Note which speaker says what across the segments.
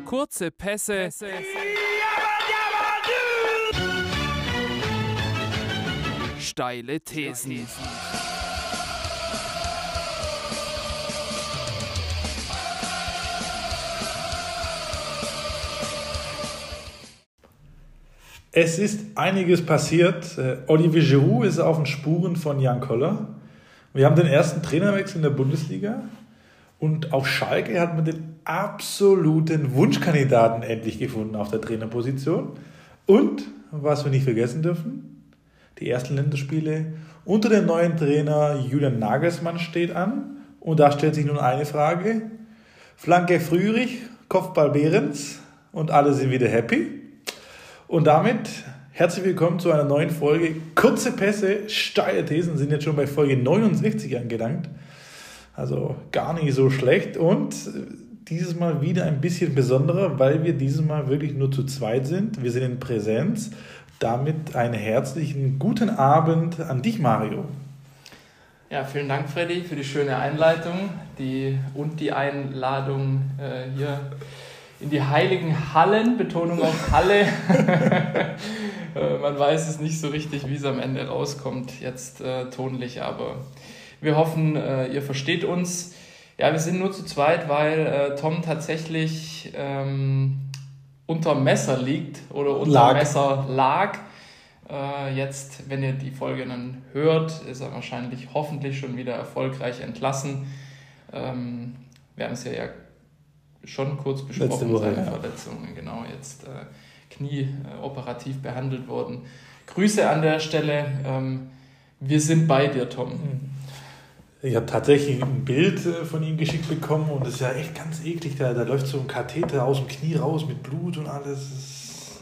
Speaker 1: Kurze Pässe. Steile Thesen.
Speaker 2: Es ist einiges passiert. Olivier Giroud ist auf den Spuren von Jan Koller. Wir haben den ersten Trainerwechsel in der Bundesliga. Und auf Schalke hat man den absoluten Wunschkandidaten endlich gefunden auf der Trainerposition. Und, was wir nicht vergessen dürfen, die ersten Länderspiele unter dem neuen Trainer Julian Nagelsmann steht an. Und da stellt sich nun eine Frage. Flanke Frührich, Kopfball Behrens und alle sind wieder happy. Und damit herzlich willkommen zu einer neuen Folge. Kurze Pässe, steile Thesen, sind jetzt schon bei Folge 69 angelangt. Also gar nicht so schlecht. Und dieses Mal wieder ein bisschen besonderer, weil wir dieses Mal wirklich nur zu zweit sind. Wir sind in Präsenz. Damit einen herzlichen guten Abend an dich, Mario.
Speaker 3: Ja, vielen Dank, Freddy, für die schöne Einleitung und die Einladung hier in die heiligen Hallen, Betonung auf Halle. Man weiß es nicht so richtig, wie es am Ende rauskommt, jetzt tonlich, aber wir hoffen, ihr versteht uns. Ja, wir sind nur zu zweit, weil Tom tatsächlich unterm Messer liegt oder Messer lag. Jetzt, wenn ihr die Folge dann hört, ist er wahrscheinlich hoffentlich schon wieder erfolgreich entlassen. Wir haben es ja schon kurz besprochen, seine Verletzungen, genau, jetzt Knie operativ behandelt worden. Grüße an der Stelle, wir sind bei dir, Tom.
Speaker 2: Ich habe tatsächlich ein Bild von ihm geschickt bekommen und das ist ja echt ganz eklig, da läuft so ein Katheter aus dem Knie raus mit Blut und alles.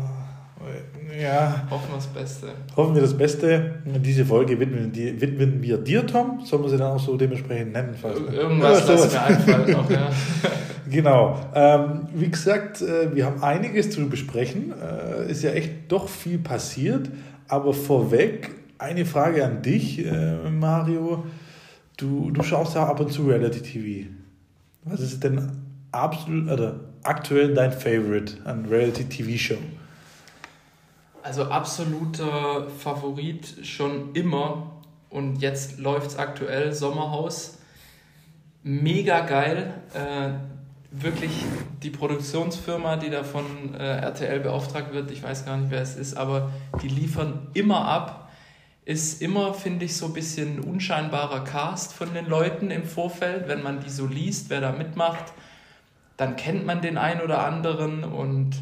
Speaker 2: Ja.
Speaker 3: Hoffen wir das Beste.
Speaker 2: Hoffen wir das Beste. Diese Folge widmen wir dir, Tom. Sollen wir sie dann auch so dementsprechend nennen?
Speaker 3: Irgendwas, was mir einfällt noch, ja.
Speaker 2: Genau. Wie gesagt, wir haben einiges zu besprechen. Ist ja echt doch viel passiert. Aber vorweg eine Frage an dich, Mario. Du schaust ja ab und zu Reality TV. Was ist denn aktuell dein Favorite an Reality TV Show?
Speaker 3: Also absoluter Favorit schon immer und jetzt läuft es aktuell, Sommerhaus. Mega geil. Wirklich die Produktionsfirma, die da von RTL beauftragt wird, ich weiß gar nicht, wer es ist, aber die liefern immer ab. Ist immer, finde ich, so ein bisschen unscheinbarer Cast von den Leuten im Vorfeld. Wenn man die so liest, wer da mitmacht, dann kennt man den einen oder anderen und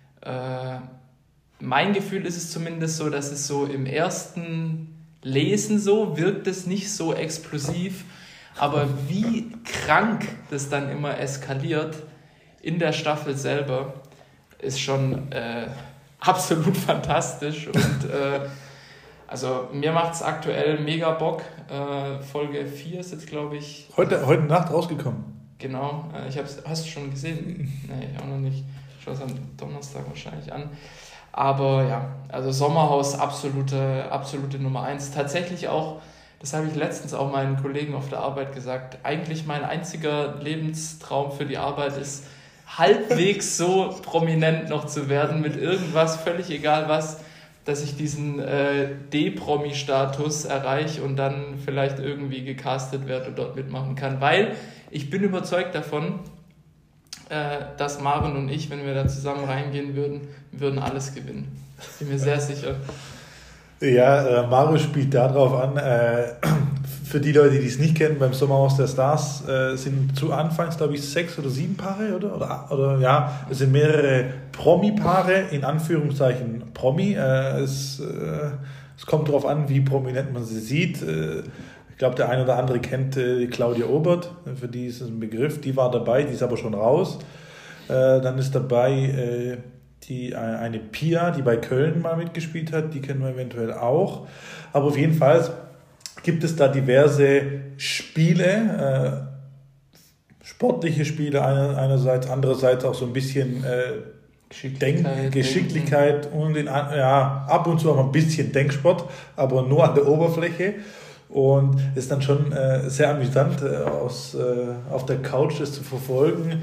Speaker 3: mein Gefühl ist es zumindest so, dass es so im ersten Lesen so wirkt es nicht so explosiv, aber wie krank das dann immer eskaliert in der Staffel selber, ist schon absolut fantastisch und also mir macht es aktuell mega Bock. Folge 4 ist jetzt, glaube ich...
Speaker 2: Heute Nacht rausgekommen.
Speaker 3: Genau, hast du schon gesehen? Nee, ich auch noch nicht. Ich schaue es am Donnerstag wahrscheinlich an. Aber ja, also Sommerhaus absolute Nummer 1. Tatsächlich auch, das habe ich letztens auch meinen Kollegen auf der Arbeit gesagt, eigentlich mein einziger Lebenstraum für die Arbeit ist, halbwegs so prominent noch zu werden mit irgendwas, völlig egal was, dass ich diesen D-Promi-Status erreiche und dann vielleicht irgendwie gecastet werde und dort mitmachen kann. Weil ich bin überzeugt davon, dass Marvin und ich, wenn wir da zusammen reingehen würden alles gewinnen. Bin mir sehr sicher.
Speaker 2: Ja, Mario spielt darauf an, für die Leute, die es nicht kennen, beim Sommerhaus der Stars sind zu Anfangs, glaube ich, 6 oder 7 Paare, oder ja, es sind mehrere Promi-Paare, in Anführungszeichen Promi. Es kommt darauf an, wie prominent man sie sieht. Ich glaube, der eine oder andere kennt Claudia Obert, für die ist es ein Begriff, die war dabei, die ist aber schon raus. Dann ist dabei eine Pia, die bei Köln mal mitgespielt hat, die kennen wir eventuell auch. Aber auf jeden Fall gibt es da diverse Spiele, sportliche Spiele einerseits, andererseits auch so ein bisschen Geschicklichkeit und ab und zu auch ein bisschen Denksport, aber nur an der Oberfläche. Und es ist dann schon sehr amüsant, auf der Couch das zu verfolgen,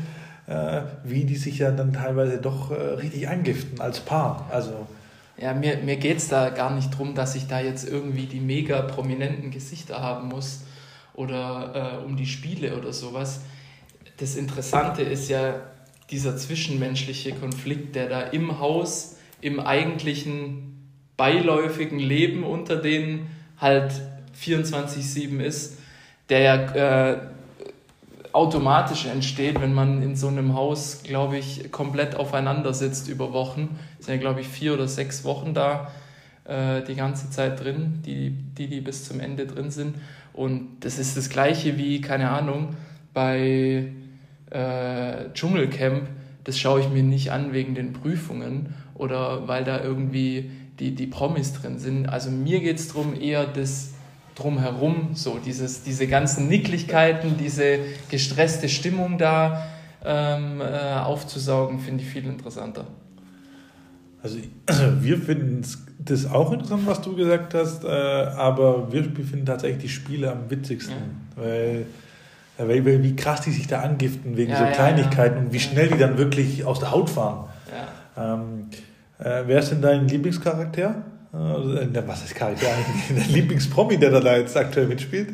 Speaker 2: wie die sich ja dann teilweise doch richtig eingiften als Paar. Also
Speaker 3: Ja, mir geht es da gar nicht drum, dass ich da jetzt irgendwie die mega prominenten Gesichter haben muss oder um die Spiele oder sowas. Das Interessante ist ja dieser zwischenmenschliche Konflikt, der da im Haus, im eigentlichen beiläufigen Leben unter denen halt 24/7 ist, der ja automatisch entsteht, wenn man in so einem Haus, glaube ich, komplett aufeinander sitzt über Wochen. Es sind ja, glaube ich, 4 oder 6 Wochen da die ganze Zeit drin, die bis zum Ende drin sind. Und das ist das Gleiche wie, keine Ahnung, bei Dschungelcamp. Das schaue ich mir nicht an wegen den Prüfungen oder weil da irgendwie die Promis drin sind. Also mir geht es darum, eher das drumherum, so diese ganzen Nicklichkeiten, diese gestresste Stimmung da aufzusaugen, finde ich viel interessanter.
Speaker 2: Also wir finden das auch interessant, was du gesagt hast, aber wir finden tatsächlich die Spiele am witzigsten, weil wie krass die sich da angiften wegen so Kleinigkeiten und wie schnell die dann wirklich aus der Haut fahren. Ja. Wer ist denn dein Lieblingscharakter? Was ist Charakter eigentlich? Dein Lieblingspromi, der da jetzt aktuell mitspielt?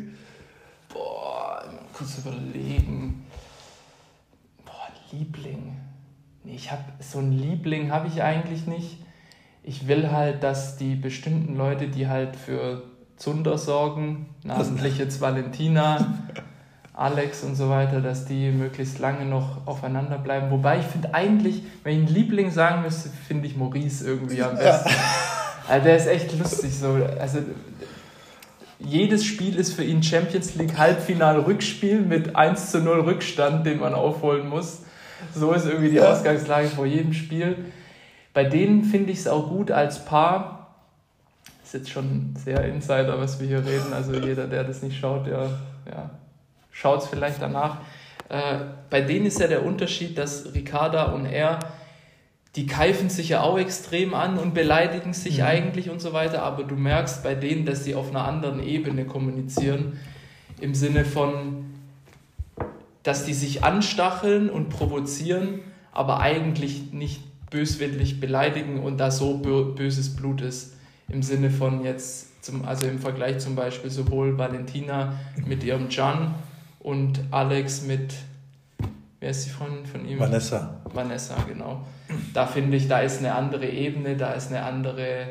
Speaker 3: Kurz überlegen. Liebling. Nee, so einen Liebling habe ich eigentlich nicht. Ich will halt, dass die bestimmten Leute, die halt für Zunder sorgen, namentlich jetzt Valentina, Alex und so weiter, dass die möglichst lange noch aufeinander bleiben. Wobei ich finde eigentlich, wenn ich einen Liebling sagen müsste, finde ich Maurice irgendwie am besten. Ja. Also der ist echt lustig so. Also jedes Spiel ist für ihn Champions League Halbfinal-Rückspiel mit 1:0 Rückstand, den man aufholen muss. So ist irgendwie die Ausgangslage vor jedem Spiel. Bei denen finde ich es auch gut als Paar. Ist jetzt schon sehr Insider, was wir hier reden. Also jeder, der das nicht schaut, schaut es vielleicht danach. Bei denen ist ja der Unterschied, dass Ricarda und er, die keifen sich ja auch extrem an und beleidigen sich eigentlich und so weiter, aber du merkst bei denen, dass sie auf einer anderen Ebene kommunizieren, im Sinne von, dass die sich anstacheln und provozieren, aber eigentlich nicht böswillig beleidigen und da so böses Blut ist. Im Sinne von jetzt, also im Vergleich zum Beispiel sowohl Valentina mit ihrem Can und Alex mit, wer ist die Freundin von ihm?
Speaker 2: Vanessa, genau.
Speaker 3: Da finde ich, da ist eine andere Ebene, da ist eine andere,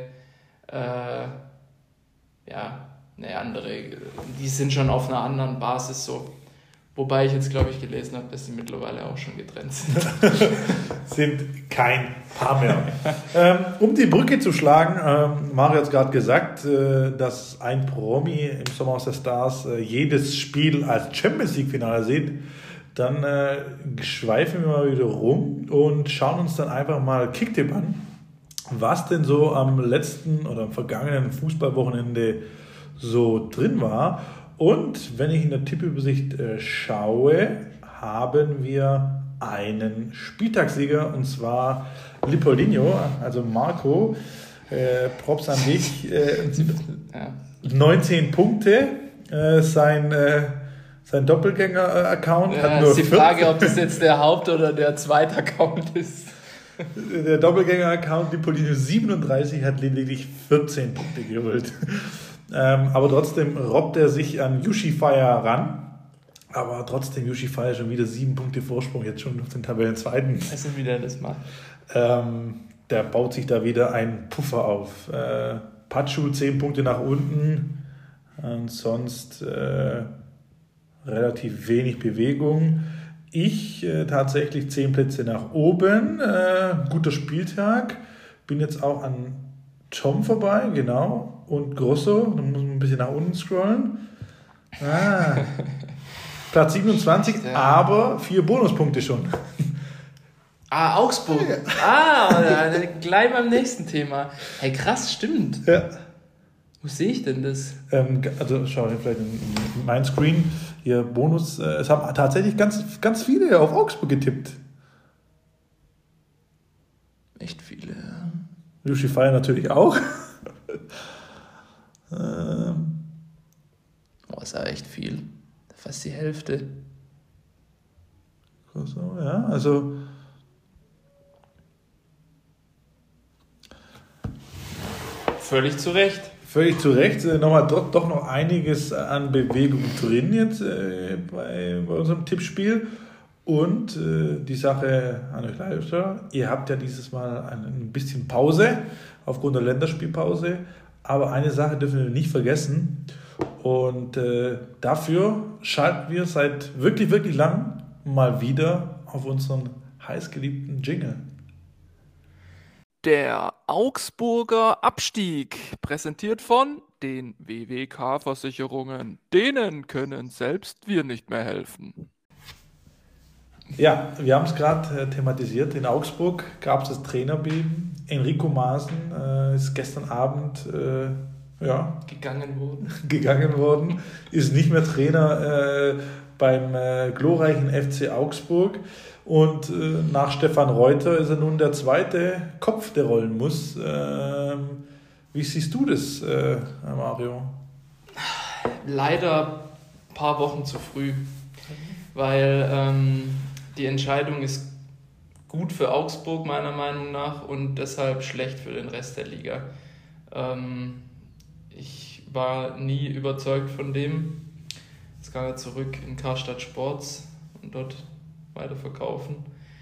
Speaker 3: die sind schon auf einer anderen Basis so. Wobei ich jetzt, glaube ich, gelesen habe, dass sie mittlerweile auch schon getrennt sind.
Speaker 2: Sind kein Paar mehr. Um die Brücke zu schlagen, Mario hat es gerade gesagt, dass ein Promi im Sommerhaus der Stars jedes Spiel als Champions League Finale sieht. Dann schweifen wir mal wieder rum und schauen uns dann einfach mal Kicktipp an, was denn so am letzten oder am vergangenen Fußballwochenende so drin war. Und wenn ich in der Tippübersicht schaue, haben wir einen Spieltagssieger, und zwar Leopoldinho, also Marco. Props an dich. 19 Punkte. Sein Doppelgänger-Account hat nur
Speaker 3: ist die Frage, ob das jetzt der Haupt- oder der zweite Account ist.
Speaker 2: Der Doppelgänger-Account Leopoldinho 37 hat lediglich 14 Punkte geholt. Aber trotzdem robbt er sich an Yushi Fire ran. Aber trotzdem Yushi Fire schon wieder 7 Punkte Vorsprung, jetzt schon auf den Tabellenzweiten.
Speaker 3: Also wie der das macht.
Speaker 2: Der baut sich da wieder einen Puffer auf. Pachu 10 Punkte nach unten. Und sonst relativ wenig Bewegung. Ich tatsächlich 10 Plätze nach oben. Guter Spieltag. Bin jetzt auch an Tom vorbei, genau. Und Grosso, dann muss man ein bisschen nach unten scrollen. Platz 27, aber 4 Bonuspunkte schon.
Speaker 3: Augsburg. Gleich beim nächsten Thema. Hey, krass, stimmt.
Speaker 2: Ja.
Speaker 3: Wo sehe ich denn das?
Speaker 2: Also schau dir vielleicht in mein Screen. Hier Bonus. Es haben tatsächlich ganz, ganz viele auf Augsburg getippt.
Speaker 3: Echt viele, ja.
Speaker 2: Yushi Fire natürlich auch.
Speaker 3: Ist ja echt viel. Fast die Hälfte.
Speaker 2: So, ja, also
Speaker 3: Völlig zu Recht.
Speaker 2: völlig zu Recht. Nochmal doch noch einiges an Bewegung drin jetzt bei unserem Tippspiel. Und die Sache an euch Leiter, ihr habt ja dieses Mal ein bisschen Pause aufgrund der Länderspielpause. Aber eine Sache dürfen wir nicht vergessen. Und dafür schalten wir seit wirklich, wirklich lang mal wieder auf unseren heißgeliebten Jingle.
Speaker 1: Der Augsburger Abstieg, präsentiert von den WWK-Versicherungen. Denen können selbst wir nicht mehr helfen.
Speaker 2: Ja, wir haben es gerade thematisiert. In Augsburg gab es das Trainerbeben. Enrico Maaßen ist gestern Abend
Speaker 3: Gegangen
Speaker 2: worden, ist nicht mehr Trainer beim glorreichen FC Augsburg. Und nach Stefan Reuter ist er nun der zweite Kopf, der rollen muss. Wie siehst du das, Mario?
Speaker 3: Leider ein paar Wochen zu früh, weil die Entscheidung ist gut für Augsburg meiner Meinung nach und deshalb schlecht für den Rest der Liga. Ich war nie überzeugt von dem. Jetzt kann er zurück in Karstadt Sports und dort weiterverkaufen.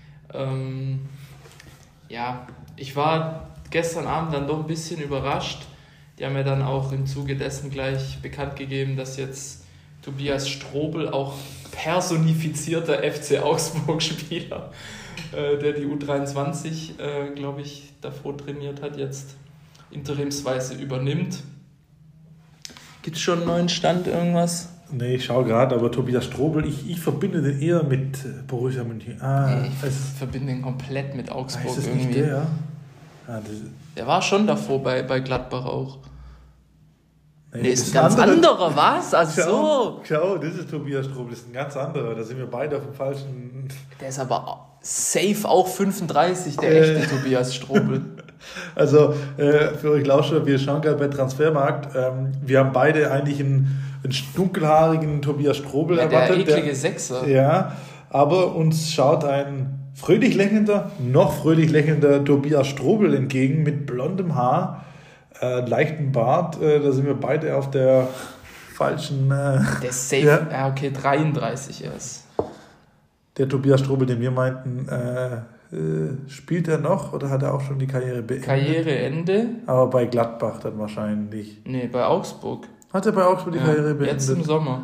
Speaker 3: Ich war gestern Abend dann doch ein bisschen überrascht. Die haben ja dann auch im Zuge dessen gleich bekannt gegeben, dass jetzt Tobias Strobel, auch personifizierter FC Augsburg-Spieler, der die U23, glaube ich, davor trainiert hat, jetzt interimsweise übernimmt. Gibt es schon einen neuen Stand, irgendwas?
Speaker 2: Nee, ich schaue gerade, aber Tobias Strobel, ich verbinde den eher mit Borussia München.
Speaker 3: Ich verbinde ihn komplett mit Augsburg
Speaker 2: ist das
Speaker 3: irgendwie.
Speaker 2: Nicht der?
Speaker 3: Der war schon davor bei Gladbach auch.
Speaker 2: Nee,
Speaker 3: ist ein ganz anderer, was? Also
Speaker 2: Schau, das ist Tobias Strobel, das ist ein ganz anderer. Da sind wir beide auf dem falschen...
Speaker 3: Der ist aber safe auch 35, der echte Tobias Strobel.
Speaker 2: Also, für euch Lauscher, wir schauen gerade bei Transfermarkt. Wir haben beide eigentlich einen dunkelhaarigen Tobias Strobel erwartet.
Speaker 3: Der eklige Sechser.
Speaker 2: Ja, aber uns schaut ein noch fröhlich lächelnder Tobias Strobel entgegen mit blondem Haar, leichten Bart. Da sind wir beide auf der falschen...
Speaker 3: Der ist safe, okay, 33 erst.
Speaker 2: Der Tobias Strobel, den wir meinten, spielt er noch oder hat er auch schon die Karriere beendet?
Speaker 3: Karriereende.
Speaker 2: Aber bei Gladbach dann wahrscheinlich.
Speaker 3: Nee, bei Augsburg.
Speaker 2: Hat er bei Augsburg die Karriere beendet?
Speaker 3: Jetzt im Sommer.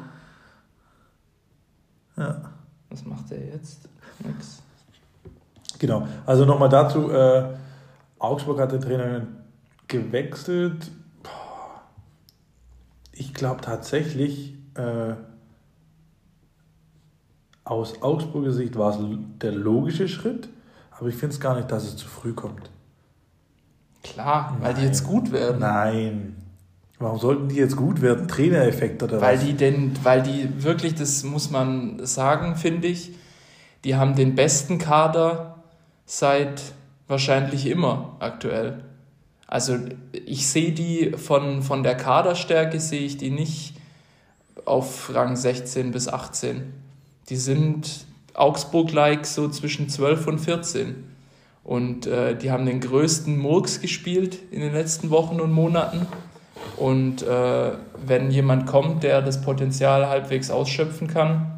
Speaker 2: Ja.
Speaker 3: Was macht er jetzt? Nix.
Speaker 2: Genau, also nochmal dazu, Augsburg hat den Trainer gewechselt. Ich glaube tatsächlich, aus Augsburger Sicht war es der logische Schritt, aber ich finde es gar nicht, dass es zu früh kommt.
Speaker 3: Klar, weil die jetzt gut werden.
Speaker 2: Nein. Warum sollten die jetzt gut werden? Trainereffekt oder
Speaker 3: weil
Speaker 2: was?
Speaker 3: Weil die wirklich, das muss man sagen, finde ich, die haben den besten Kader seit wahrscheinlich immer aktuell. Also ich sehe die von der Kaderstärke, sehe ich die nicht auf Rang 16 bis 18. Die sind Augsburg-like so zwischen 12 und 14. Und die haben den größten Murks gespielt in den letzten Wochen und Monaten. Und wenn jemand kommt, der das Potenzial halbwegs ausschöpfen kann,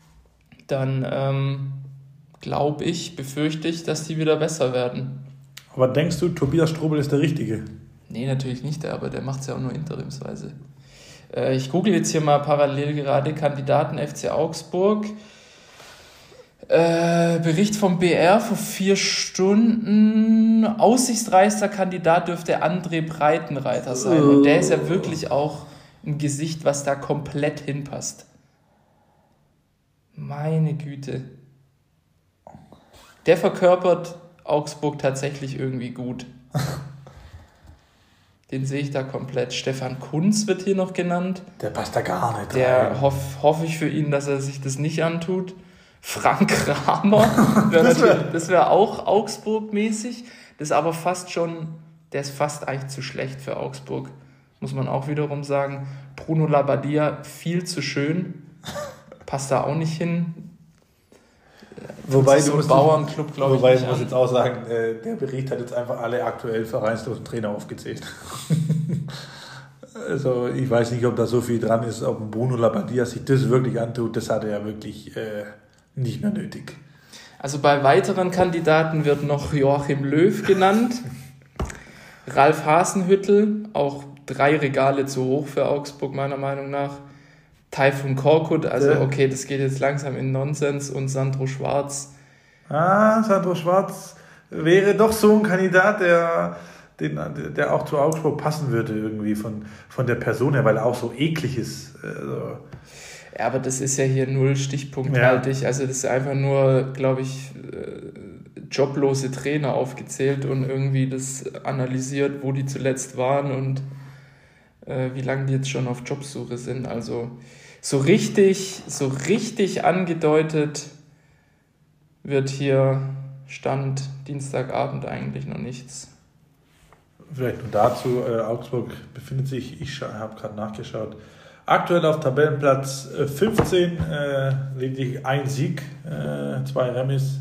Speaker 3: dann befürchte ich, dass die wieder besser werden.
Speaker 2: Aber denkst du, Tobias Strobel ist der Richtige?
Speaker 3: Nee, natürlich nicht, aber der macht es ja auch nur interimsweise. Ich google jetzt hier mal parallel gerade Kandidaten FC Augsburg. Bericht vom BR vor 4 Stunden. Aussichtsreichster Kandidat dürfte André Breitenreiter sein. Und der ist ja wirklich auch ein Gesicht, was da komplett hinpasst. Meine Güte. Der verkörpert Augsburg tatsächlich irgendwie gut. Den sehe ich da komplett. Stefan Kunz wird hier noch genannt.
Speaker 2: Der passt da gar nicht rein.
Speaker 3: Der hoffe ich für ihn, dass er sich das nicht antut. Frank Kramer, das wäre auch Augsburg-mäßig. Das ist aber der ist fast eigentlich zu schlecht für Augsburg. Muss man auch wiederum sagen. Bruno Labbadia, viel zu schön. Passt da auch nicht hin.
Speaker 2: Wobei
Speaker 3: so
Speaker 2: du musst,
Speaker 3: Bauernclub, glaube ich,
Speaker 2: wobei
Speaker 3: nicht
Speaker 2: ich muss
Speaker 3: an.
Speaker 2: jetzt auch sagen, der Bericht hat jetzt einfach alle aktuell vereinslosen Trainer aufgezählt. Also ich weiß nicht, ob da so viel dran ist, ob Bruno Labbadia sich das wirklich antut. Das hat er ja wirklich nicht mehr nötig.
Speaker 3: Also bei weiteren Kandidaten wird noch Joachim Löw genannt. Ralf Hasenhüttl, auch 3 Regale zu hoch für Augsburg meiner Meinung nach. Taifun Korkut, also okay, das geht jetzt langsam in Nonsens. Und Sandro Schwarz.
Speaker 2: Sandro Schwarz wäre doch so ein Kandidat, der auch zu Augsburg passen würde irgendwie von der Person her, weil er auch so eklig ist. Also.
Speaker 3: Ja, aber das ist ja hier null stichpunkthaltig. Also das ist einfach nur, glaube ich, joblose Trainer aufgezählt und irgendwie das analysiert, wo die zuletzt waren und wie lange die jetzt schon auf Jobsuche sind. Also so richtig angedeutet wird hier Stand Dienstagabend eigentlich noch nichts.
Speaker 2: Vielleicht nur dazu, Augsburg befindet sich, ich habe gerade nachgeschaut, aktuell auf Tabellenplatz 15, lediglich 1 Sieg, 2 Remis.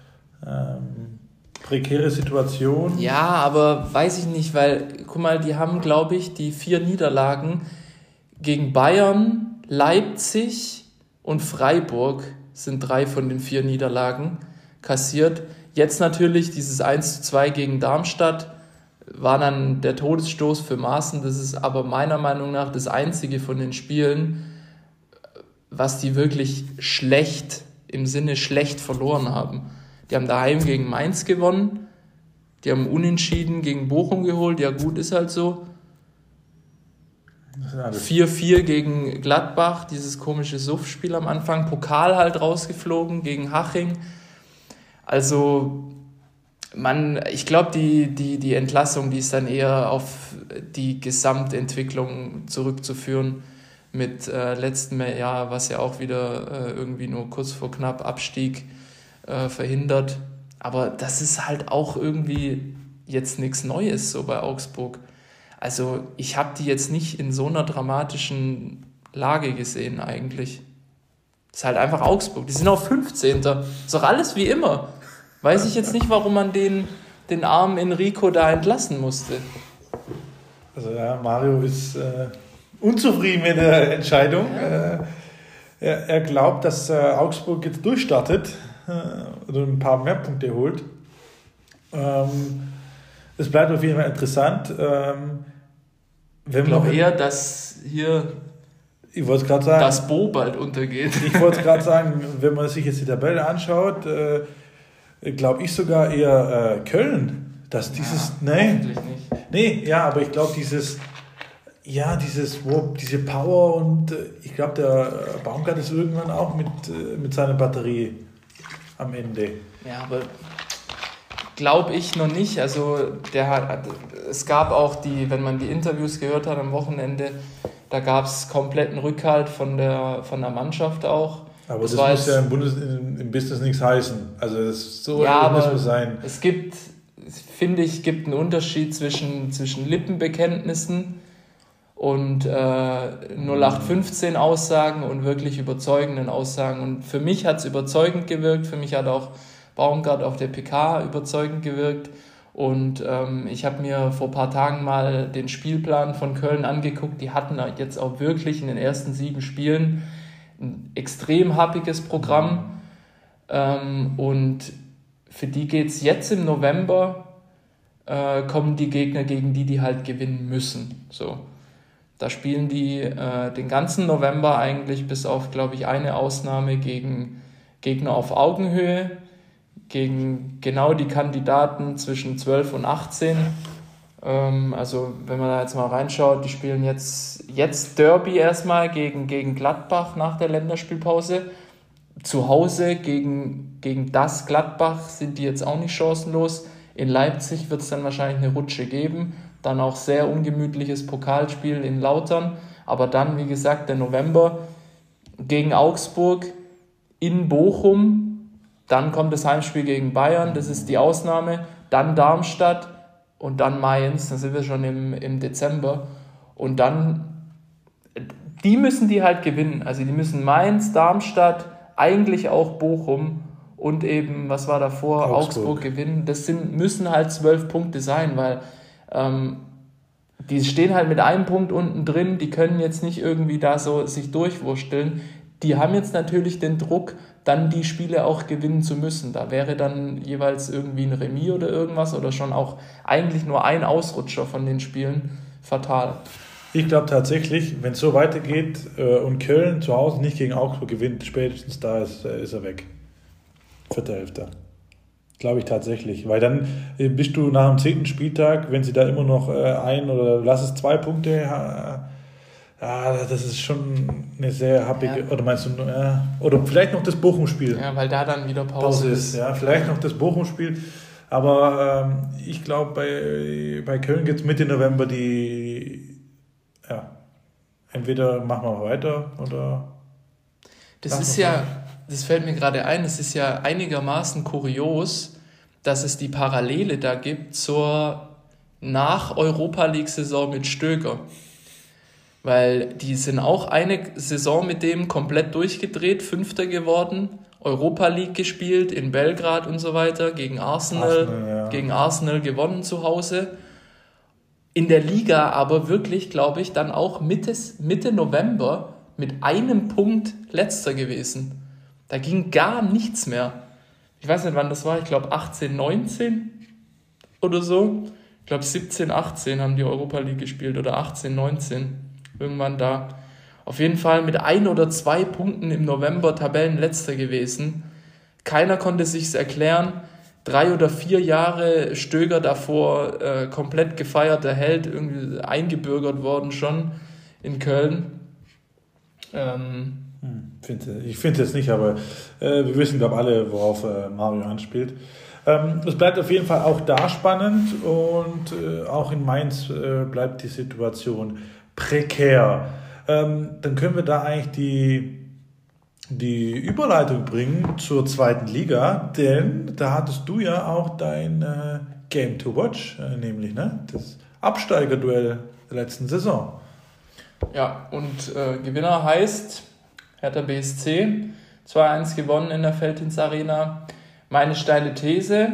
Speaker 2: Prekäre Situation.
Speaker 3: Ja, aber weiß ich nicht, weil, guck mal, die haben, glaube ich, die 4 Niederlagen gegen Bayern, Leipzig und Freiburg sind 3 von den 4 Niederlagen kassiert. Jetzt natürlich dieses 1:2 gegen Darmstadt war dann der Todesstoß für Maaßen. Das ist aber meiner Meinung nach das einzige von den Spielen, was die wirklich schlecht, im Sinne schlecht verloren haben. Die haben daheim gegen Mainz gewonnen, die haben Unentschieden gegen Bochum geholt, ja gut, ist halt so. 4-4 gegen Gladbach, dieses komische Suff-Spiel am Anfang, Pokal halt rausgeflogen gegen Haching. Also ich glaube, die Entlassung, die ist dann eher auf die Gesamtentwicklung zurückzuführen mit letztem Jahr, was ja auch wieder irgendwie nur kurz vor knapp Abstieg verhindert. Aber das ist halt auch irgendwie jetzt nichts Neues so bei Augsburg. Also ich habe die jetzt nicht in so einer dramatischen Lage gesehen eigentlich. Das ist halt einfach Augsburg. Die sind auf 15. Ist doch alles wie immer. Weiß ich jetzt nicht, warum man den armen Enrico da entlassen musste.
Speaker 2: Also ja, Mario ist unzufrieden mit der Entscheidung. Er glaubt, dass Augsburg jetzt durchstartet oder ein paar mehr Punkte holt. Es bleibt auf jeden Fall interessant.
Speaker 3: Ich glaube eher, dass hier
Speaker 2: ich wollte gerade sagen,
Speaker 3: das Bo bald untergeht.
Speaker 2: Ich wollte gerade sagen, wenn man sich jetzt die Tabelle anschaut, glaube ich sogar eher Köln, dass dieses,
Speaker 3: hoffentlich nicht.
Speaker 2: Nee, ja, aber ich glaube diese Power und ich glaube der Baumgart ist irgendwann auch mit seiner Batterie am Ende.
Speaker 3: Ja, aber glaube ich noch nicht. Also es gab auch wenn man die Interviews gehört hat am Wochenende, da gab es kompletten Rückhalt von der Mannschaft auch.
Speaker 2: Aber das muss ja im Business nichts heißen. Also das muss sein.
Speaker 3: Es gibt einen Unterschied zwischen Lippenbekenntnissen und 0815 Aussagen und wirklich überzeugenden Aussagen. Und für mich hat es überzeugend gewirkt. Für mich hat auch Baumgart auf der PK überzeugend gewirkt. Und ich habe mir vor ein paar Tagen mal den Spielplan von Köln angeguckt. Die hatten jetzt auch wirklich in den ersten 7 Spielen ein extrem happiges Programm. Und für die geht es jetzt im November, kommen die Gegner, gegen die halt gewinnen müssen. So. Da spielen die den ganzen November eigentlich, bis auf, glaube ich, eine Ausnahme, gegen Gegner auf Augenhöhe, gegen genau die Kandidaten zwischen 12 und 18. Also wenn man da jetzt mal reinschaut, die spielen jetzt Derby erstmal gegen Gladbach nach der Länderspielpause. Zu Hause gegen das Gladbach sind die jetzt auch nicht chancenlos. In Leipzig wird es dann wahrscheinlich eine Rutsche geben. Dann auch sehr ungemütliches Pokalspiel in Lautern. Aber dann, wie gesagt, der November gegen Augsburg, in Bochum. Dann kommt das Heimspiel gegen Bayern, das ist die Ausnahme. Dann Darmstadt und dann Mainz, dann sind wir schon im Dezember. Und dann, die müssen die halt gewinnen. Also die müssen Mainz, Darmstadt, eigentlich auch Bochum und eben, was war davor, Augsburg gewinnen. Das müssen halt 12 Punkte sein, weil die stehen halt mit einem Punkt unten drin, die können jetzt nicht irgendwie da so sich durchwursteln. Die haben jetzt natürlich den Druck, dann die Spiele auch gewinnen zu müssen. Da wäre dann jeweils irgendwie ein Remis oder irgendwas oder schon auch eigentlich nur ein Ausrutscher von den Spielen fatal.
Speaker 2: Ich glaube tatsächlich, wenn es so weitergeht und Köln zu Hause nicht gegen Augsburg gewinnt, spätestens da ist er weg. 4.11. Glaube ich tatsächlich. Weil dann bist du nach dem 10. Spieltag, wenn sie da immer noch ein oder lass es 2 Punkte, das ist schon eine sehr happige, oder meinst du, oder vielleicht noch das Bochum-Spiel.
Speaker 3: Ja, weil da dann wieder Pause ist.
Speaker 2: Ja, vielleicht noch das Bochum-Spiel. Aber ich glaube, bei Köln gibt es Mitte November entweder machen wir weiter oder...
Speaker 3: Das fällt mir gerade ein, es ist ja einigermaßen kurios, dass es die Parallele da gibt zur Nach-Europa-League-Saison mit Stöger. Weil die sind auch eine Saison mit dem komplett durchgedreht, 5. geworden, Europa League gespielt, in Belgrad und so weiter, gegen Arsenal gewonnen zu Hause. In der Liga aber wirklich, glaube ich, dann auch Mitte November mit einem Punkt letzter gewesen. Da ging gar nichts mehr. Ich weiß nicht, wann das war, ich glaube 18, 19 oder so. Ich glaube 17, 18 haben die Europa League gespielt oder 18, 19. Irgendwann da. Auf jeden Fall mit 1 oder 2 Punkten im November Tabellenletzter gewesen. Keiner konnte sich's erklären. 3 oder 4 Jahre Stöger davor, komplett gefeierter Held, irgendwie eingebürgert worden schon in Köln.
Speaker 2: Ich finde es nicht, aber wir wissen, glaube ich, alle, worauf Mario anspielt. Es bleibt auf jeden Fall auch da spannend und auch in Mainz bleibt die Situation prekär. Dann können wir da eigentlich die Überleitung bringen zur 2. Liga, denn da hattest du ja auch dein Game to Watch, nämlich das Absteigerduell der letzten Saison.
Speaker 3: Ja, und Gewinner heißt Hertha BSC, 2-1 gewonnen in der Veltins Arena. Meine steile These,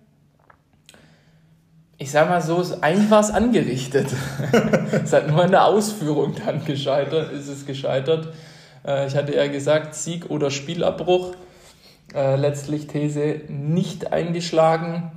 Speaker 3: ich sag mal so, eigentlich war es angerichtet. Es hat nur in der Ausführung dann gescheitert. Ich hatte ja gesagt, Sieg oder Spielabbruch. Letztlich These nicht eingeschlagen,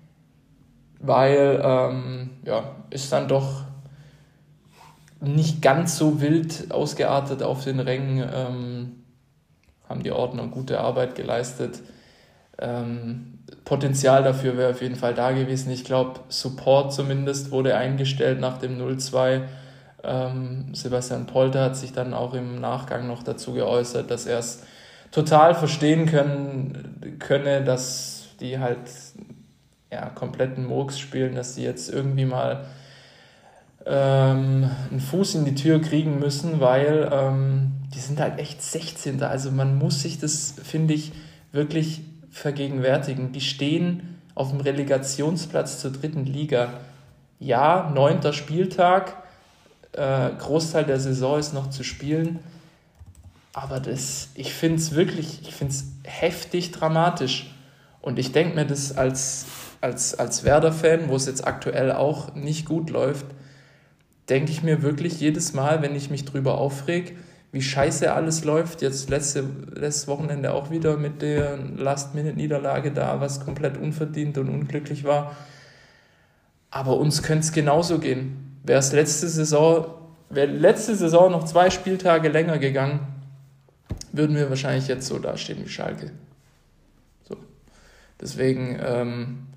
Speaker 3: weil ist dann doch nicht ganz so wild ausgeartet auf den Rängen. Haben die Ordner gute Arbeit geleistet. Potenzial dafür wäre auf jeden Fall da gewesen. Ich glaube, Support zumindest wurde eingestellt nach dem 0-2. Sebastian Polter hat sich dann auch im Nachgang noch dazu geäußert, dass er es total verstehen könne, dass die halt kompletten Murks spielen, dass die jetzt irgendwie mal einen Fuß in die Tür kriegen müssen, weil die sind halt echt 16. Also man muss sich das, finde ich, wirklich vergegenwärtigen. Die stehen auf dem Relegationsplatz zur 3. Liga. Ja, 9. Spieltag, Großteil der Saison ist noch zu spielen, aber ich finde es heftig dramatisch. Und ich denke mir das als Werder-Fan, wo es jetzt aktuell auch nicht gut läuft, denke ich mir wirklich jedes Mal, wenn ich mich drüber aufreg, wie scheiße alles läuft. Jetzt letztes Wochenende auch wieder mit der Last-Minute-Niederlage da, was komplett unverdient und unglücklich war. Aber uns könnte es genauso gehen. Wäre letzte Saison noch 2 Spieltage länger gegangen, würden wir wahrscheinlich jetzt so dastehen wie Schalke. So. Deswegen,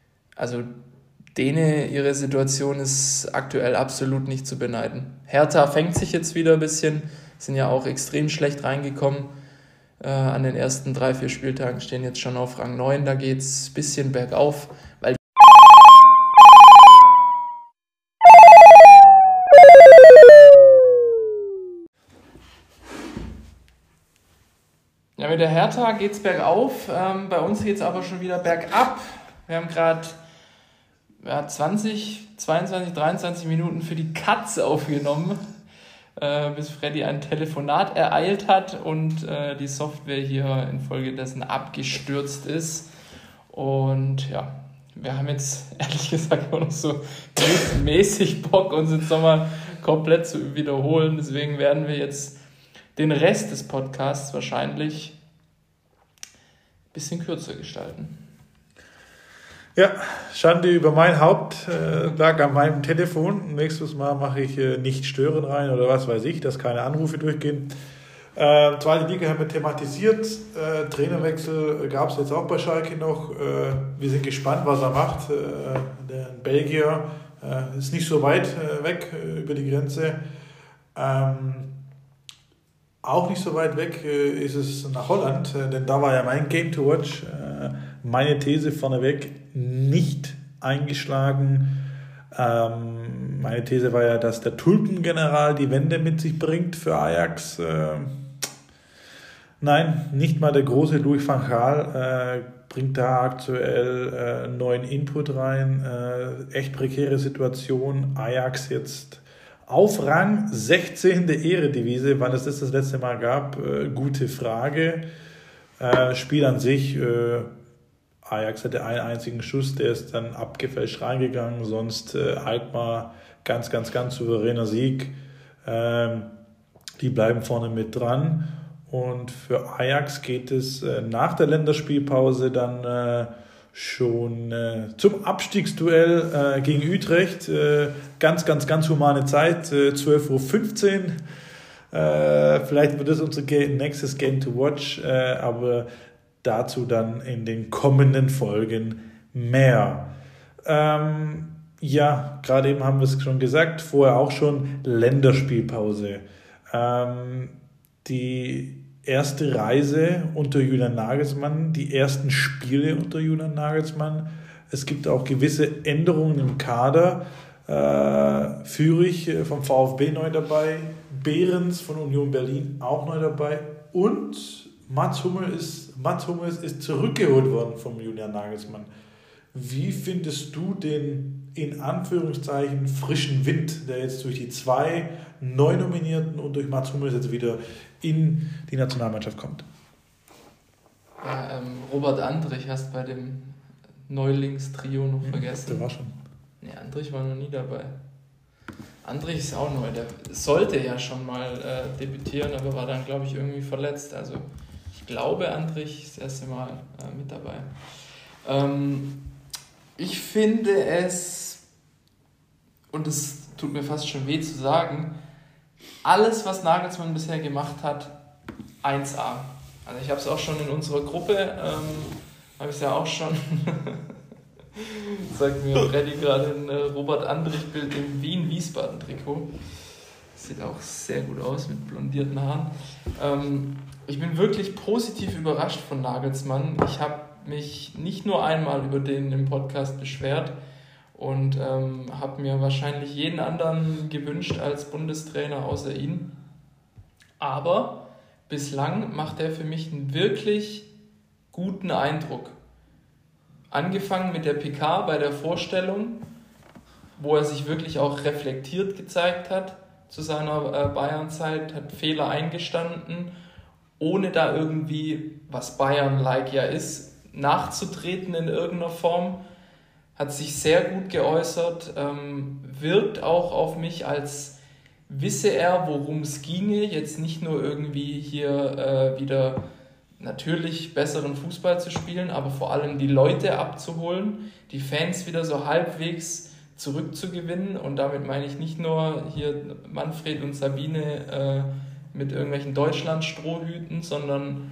Speaker 3: ihre Situation ist aktuell absolut nicht zu beneiden. Hertha fängt sich jetzt wieder ein bisschen, sind ja auch extrem schlecht reingekommen. An den ersten 3-4 Spieltagen stehen jetzt schon auf Rang 9, da geht es ein bisschen bergauf, weil mit der Hertha geht es bergauf, bei uns geht es aber schon wieder bergab. Wir haben gerade 20, 22, 23 Minuten für die Katze aufgenommen. bis Freddy ein Telefonat ereilt hat und die Software hier infolgedessen abgestürzt ist. Und ja, wir haben jetzt ehrlich gesagt nur noch so mäßig Bock, uns jetzt nochmal komplett zu wiederholen. Deswegen werden wir jetzt den Rest des Podcasts wahrscheinlich ein bisschen kürzer gestalten.
Speaker 2: Ja, Schande über mein Haupt, lag an meinem Telefon. Nächstes Mal mache ich nicht stören rein oder was weiß ich, dass keine Anrufe durchgehen. Zweite Liga haben wir thematisiert. Trainerwechsel gab es jetzt auch bei Schalke noch. Wir sind gespannt, was er macht. Der Belgier ist nicht so weit weg über die Grenze. Auch nicht so weit weg ist es nach Holland, denn da war ja mein Game to Watch. Meine These vorneweg nicht eingeschlagen. Meine These war ja, dass der Tulpengeneral die Wende mit sich bringt für Ajax. Nein, nicht mal der große Louis van Gaal bringt da aktuell neuen Input rein. Echt prekäre Situation. Ajax jetzt auf Rang 16. der Eredivisie. Wann es das letzte Mal gab, gute Frage. Spiel an sich, Ajax hatte einen einzigen Schuss, der ist dann abgefälscht reingegangen. Sonst Alkmaar, ganz souveräner Sieg. Die bleiben vorne mit dran. Und für Ajax geht es nach der Länderspielpause dann schon zum Abstiegsduell gegen Utrecht. Ganz humane Zeit, 12.15 Uhr. Vielleicht wird das unser nächstes Game to Watch, aber dazu dann in den kommenden Folgen mehr. Ja, gerade eben haben wir es schon gesagt, vorher auch schon Länderspielpause. Die erste Reise unter Julian Nagelsmann, die ersten Spiele unter Julian Nagelsmann. Es gibt auch gewisse Änderungen im Kader. Führig vom VfB neu dabei, Behrens von Union Berlin auch neu dabei und Mats Hummels ist zurückgeholt worden vom Julian Nagelsmann. Wie findest du den in Anführungszeichen frischen Wind, der jetzt durch die 2 Neunominierten und durch Mats Hummels jetzt wieder in die Nationalmannschaft kommt?
Speaker 3: Ja, Robert Andrich hast bei dem Neulingstrio noch vergessen.
Speaker 2: Der war schon.
Speaker 3: Nee, Andrich war noch nie dabei. Andrich ist auch neu. Der sollte ja schon mal debütieren, aber war dann, glaube ich, irgendwie verletzt. Also ich glaube, Andrich ist das erste Mal mit dabei. Ich finde es, und es tut mir fast schon weh zu sagen, alles, was Nagelsmann bisher gemacht hat, 1A. Also ich habe es auch schon in unserer Gruppe, habe ich es ja auch schon, sagt mir Freddy gerade ein Robert Andrich-Bild im Wien-Wiesbaden-Trikot. Sieht auch sehr gut aus mit blondierten Haaren. Ich bin wirklich positiv überrascht von Nagelsmann. Ich habe mich nicht nur einmal über den im Podcast beschwert und habe mir wahrscheinlich jeden anderen gewünscht als Bundestrainer außer ihn. Aber bislang macht er für mich einen wirklich guten Eindruck. Angefangen mit der PK bei der Vorstellung, wo er sich wirklich auch reflektiert gezeigt hat zu seiner Bayern-Zeit, hat Fehler eingestanden, ohne da irgendwie, was Bayern-like ja ist, nachzutreten in irgendeiner Form, hat sich sehr gut geäußert, wirkt auch auf mich, als wisse er, worum es ginge, jetzt nicht nur irgendwie hier wieder natürlich besseren Fußball zu spielen, aber vor allem die Leute abzuholen, die Fans wieder so halbwegs zurückzugewinnen, und damit meine ich nicht nur hier Manfred und Sabine mit irgendwelchen Deutschland-Strohhüten, sondern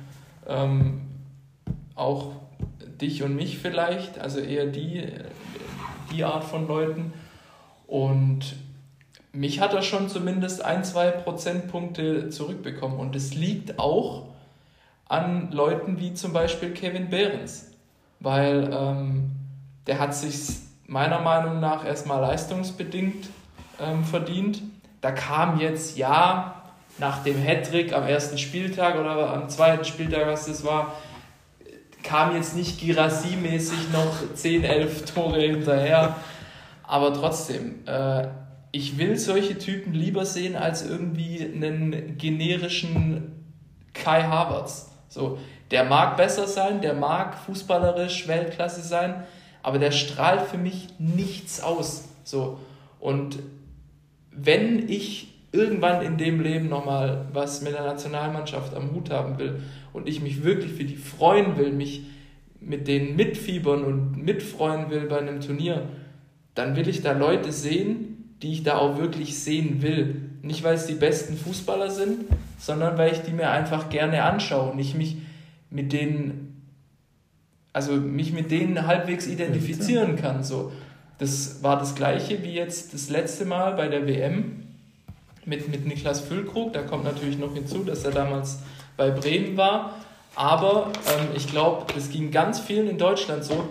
Speaker 3: auch dich und mich vielleicht, also eher die Art von Leuten. Und mich hat er schon zumindest 1-2 Prozentpunkte zurückbekommen, und es liegt auch an Leuten wie zum Beispiel Kevin Behrens, weil der hat sich meiner Meinung nach erstmal leistungsbedingt verdient. Da kam jetzt, ja, nach dem Hattrick am ersten Spieltag oder am zweiten Spieltag, was das war, kam jetzt nicht Guirassy-mäßig noch 10, 11 Tore hinterher, aber trotzdem, ich will solche Typen lieber sehen als irgendwie einen generischen Kai Havertz. So, der mag besser sein, der mag fußballerisch Weltklasse sein, aber der strahlt für mich nichts aus. So, und wenn ich irgendwann in dem Leben nochmal was mit der Nationalmannschaft am Hut haben will und ich mich wirklich für die freuen will, mich mit denen mitfiebern und mitfreuen will bei einem Turnier, dann will ich da Leute sehen, die ich da auch wirklich sehen will. Nicht, weil es die besten Fußballer sind, sondern weil ich die mir einfach gerne anschaue und ich mich mit denen halbwegs identifizieren kann. So. Das war das Gleiche wie jetzt das letzte Mal bei der WM mit Niklas Füllkrug. Da kommt natürlich noch hinzu, dass er damals bei Bremen war. Aber ich glaube, es ging ganz vielen in Deutschland so.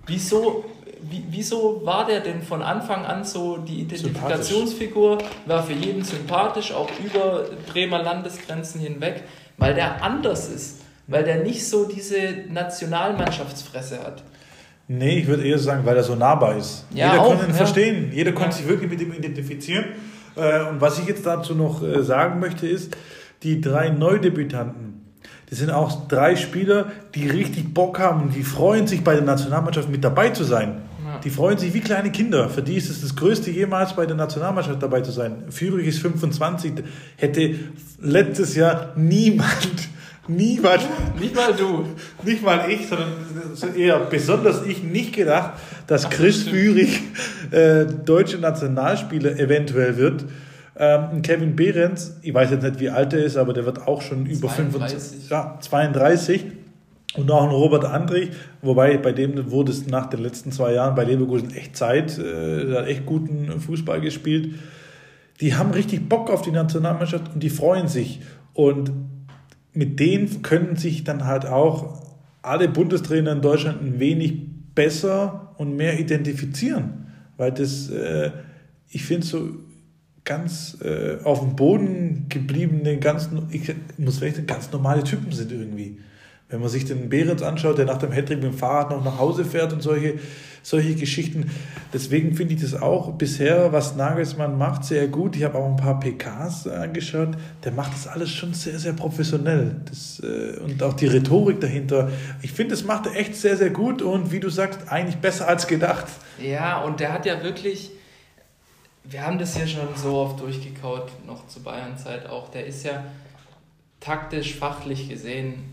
Speaker 3: Wieso war der denn von Anfang an so die Identifikationsfigur, war für jeden sympathisch, auch über Bremer Landesgrenzen hinweg? Weil der anders ist, weil der nicht so diese Nationalmannschaftsfresse hat.
Speaker 2: Nee, ich würde eher sagen, weil er so nahbar ist.
Speaker 3: Ja,
Speaker 2: jeder
Speaker 3: auch,
Speaker 2: konnte ihn verstehen, jeder konnte sich wirklich mit ihm identifizieren. Und was ich jetzt dazu noch sagen möchte, ist, die 3 Neudebütanten, das sind auch 3 Spieler, die richtig Bock haben und die freuen sich, bei der Nationalmannschaft mit dabei zu sein. Ja. Die freuen sich wie kleine Kinder. Für die ist es das Größte, jemals bei der Nationalmannschaft dabei zu sein. Führig ist 25, hätte letztes Jahr niemand, nicht mal du, nicht mal ich, sondern eher besonders ich, nicht gedacht, dass Chris Führig deutsche Nationalspieler eventuell wird. Kevin Behrens, ich weiß jetzt nicht, wie alt er ist, aber der wird auch schon über 25, 32. Und auch ein Robert Andrich, wobei bei dem wurde es nach den letzten 2 Jahren bei Leverkusen echt Zeit, der hat echt guten Fußball gespielt. Die haben richtig Bock auf die Nationalmannschaft und die freuen sich. Und mit denen können sich dann halt auch alle Bundestrainer in Deutschland ein wenig besser und mehr identifizieren. Weil das, ich finde so ganz auf dem Boden gebliebene, ganz normale Typen sind irgendwie. Wenn man sich den Behrens anschaut, der nach dem Hattrick mit dem Fahrrad noch nach Hause fährt und solche Geschichten. Deswegen finde ich das auch bisher, was Nagelsmann macht, sehr gut. Ich habe auch ein paar PKs angeschaut. Der macht das alles schon sehr, sehr professionell. Und auch die Rhetorik dahinter. Ich finde, das macht er echt sehr, sehr gut und wie du sagst, eigentlich besser als gedacht.
Speaker 3: Ja, und der hat ja wirklich, wir haben das hier schon so oft durchgekaut, noch zu Bayern-Zeit auch. Der ist ja taktisch, fachlich gesehen,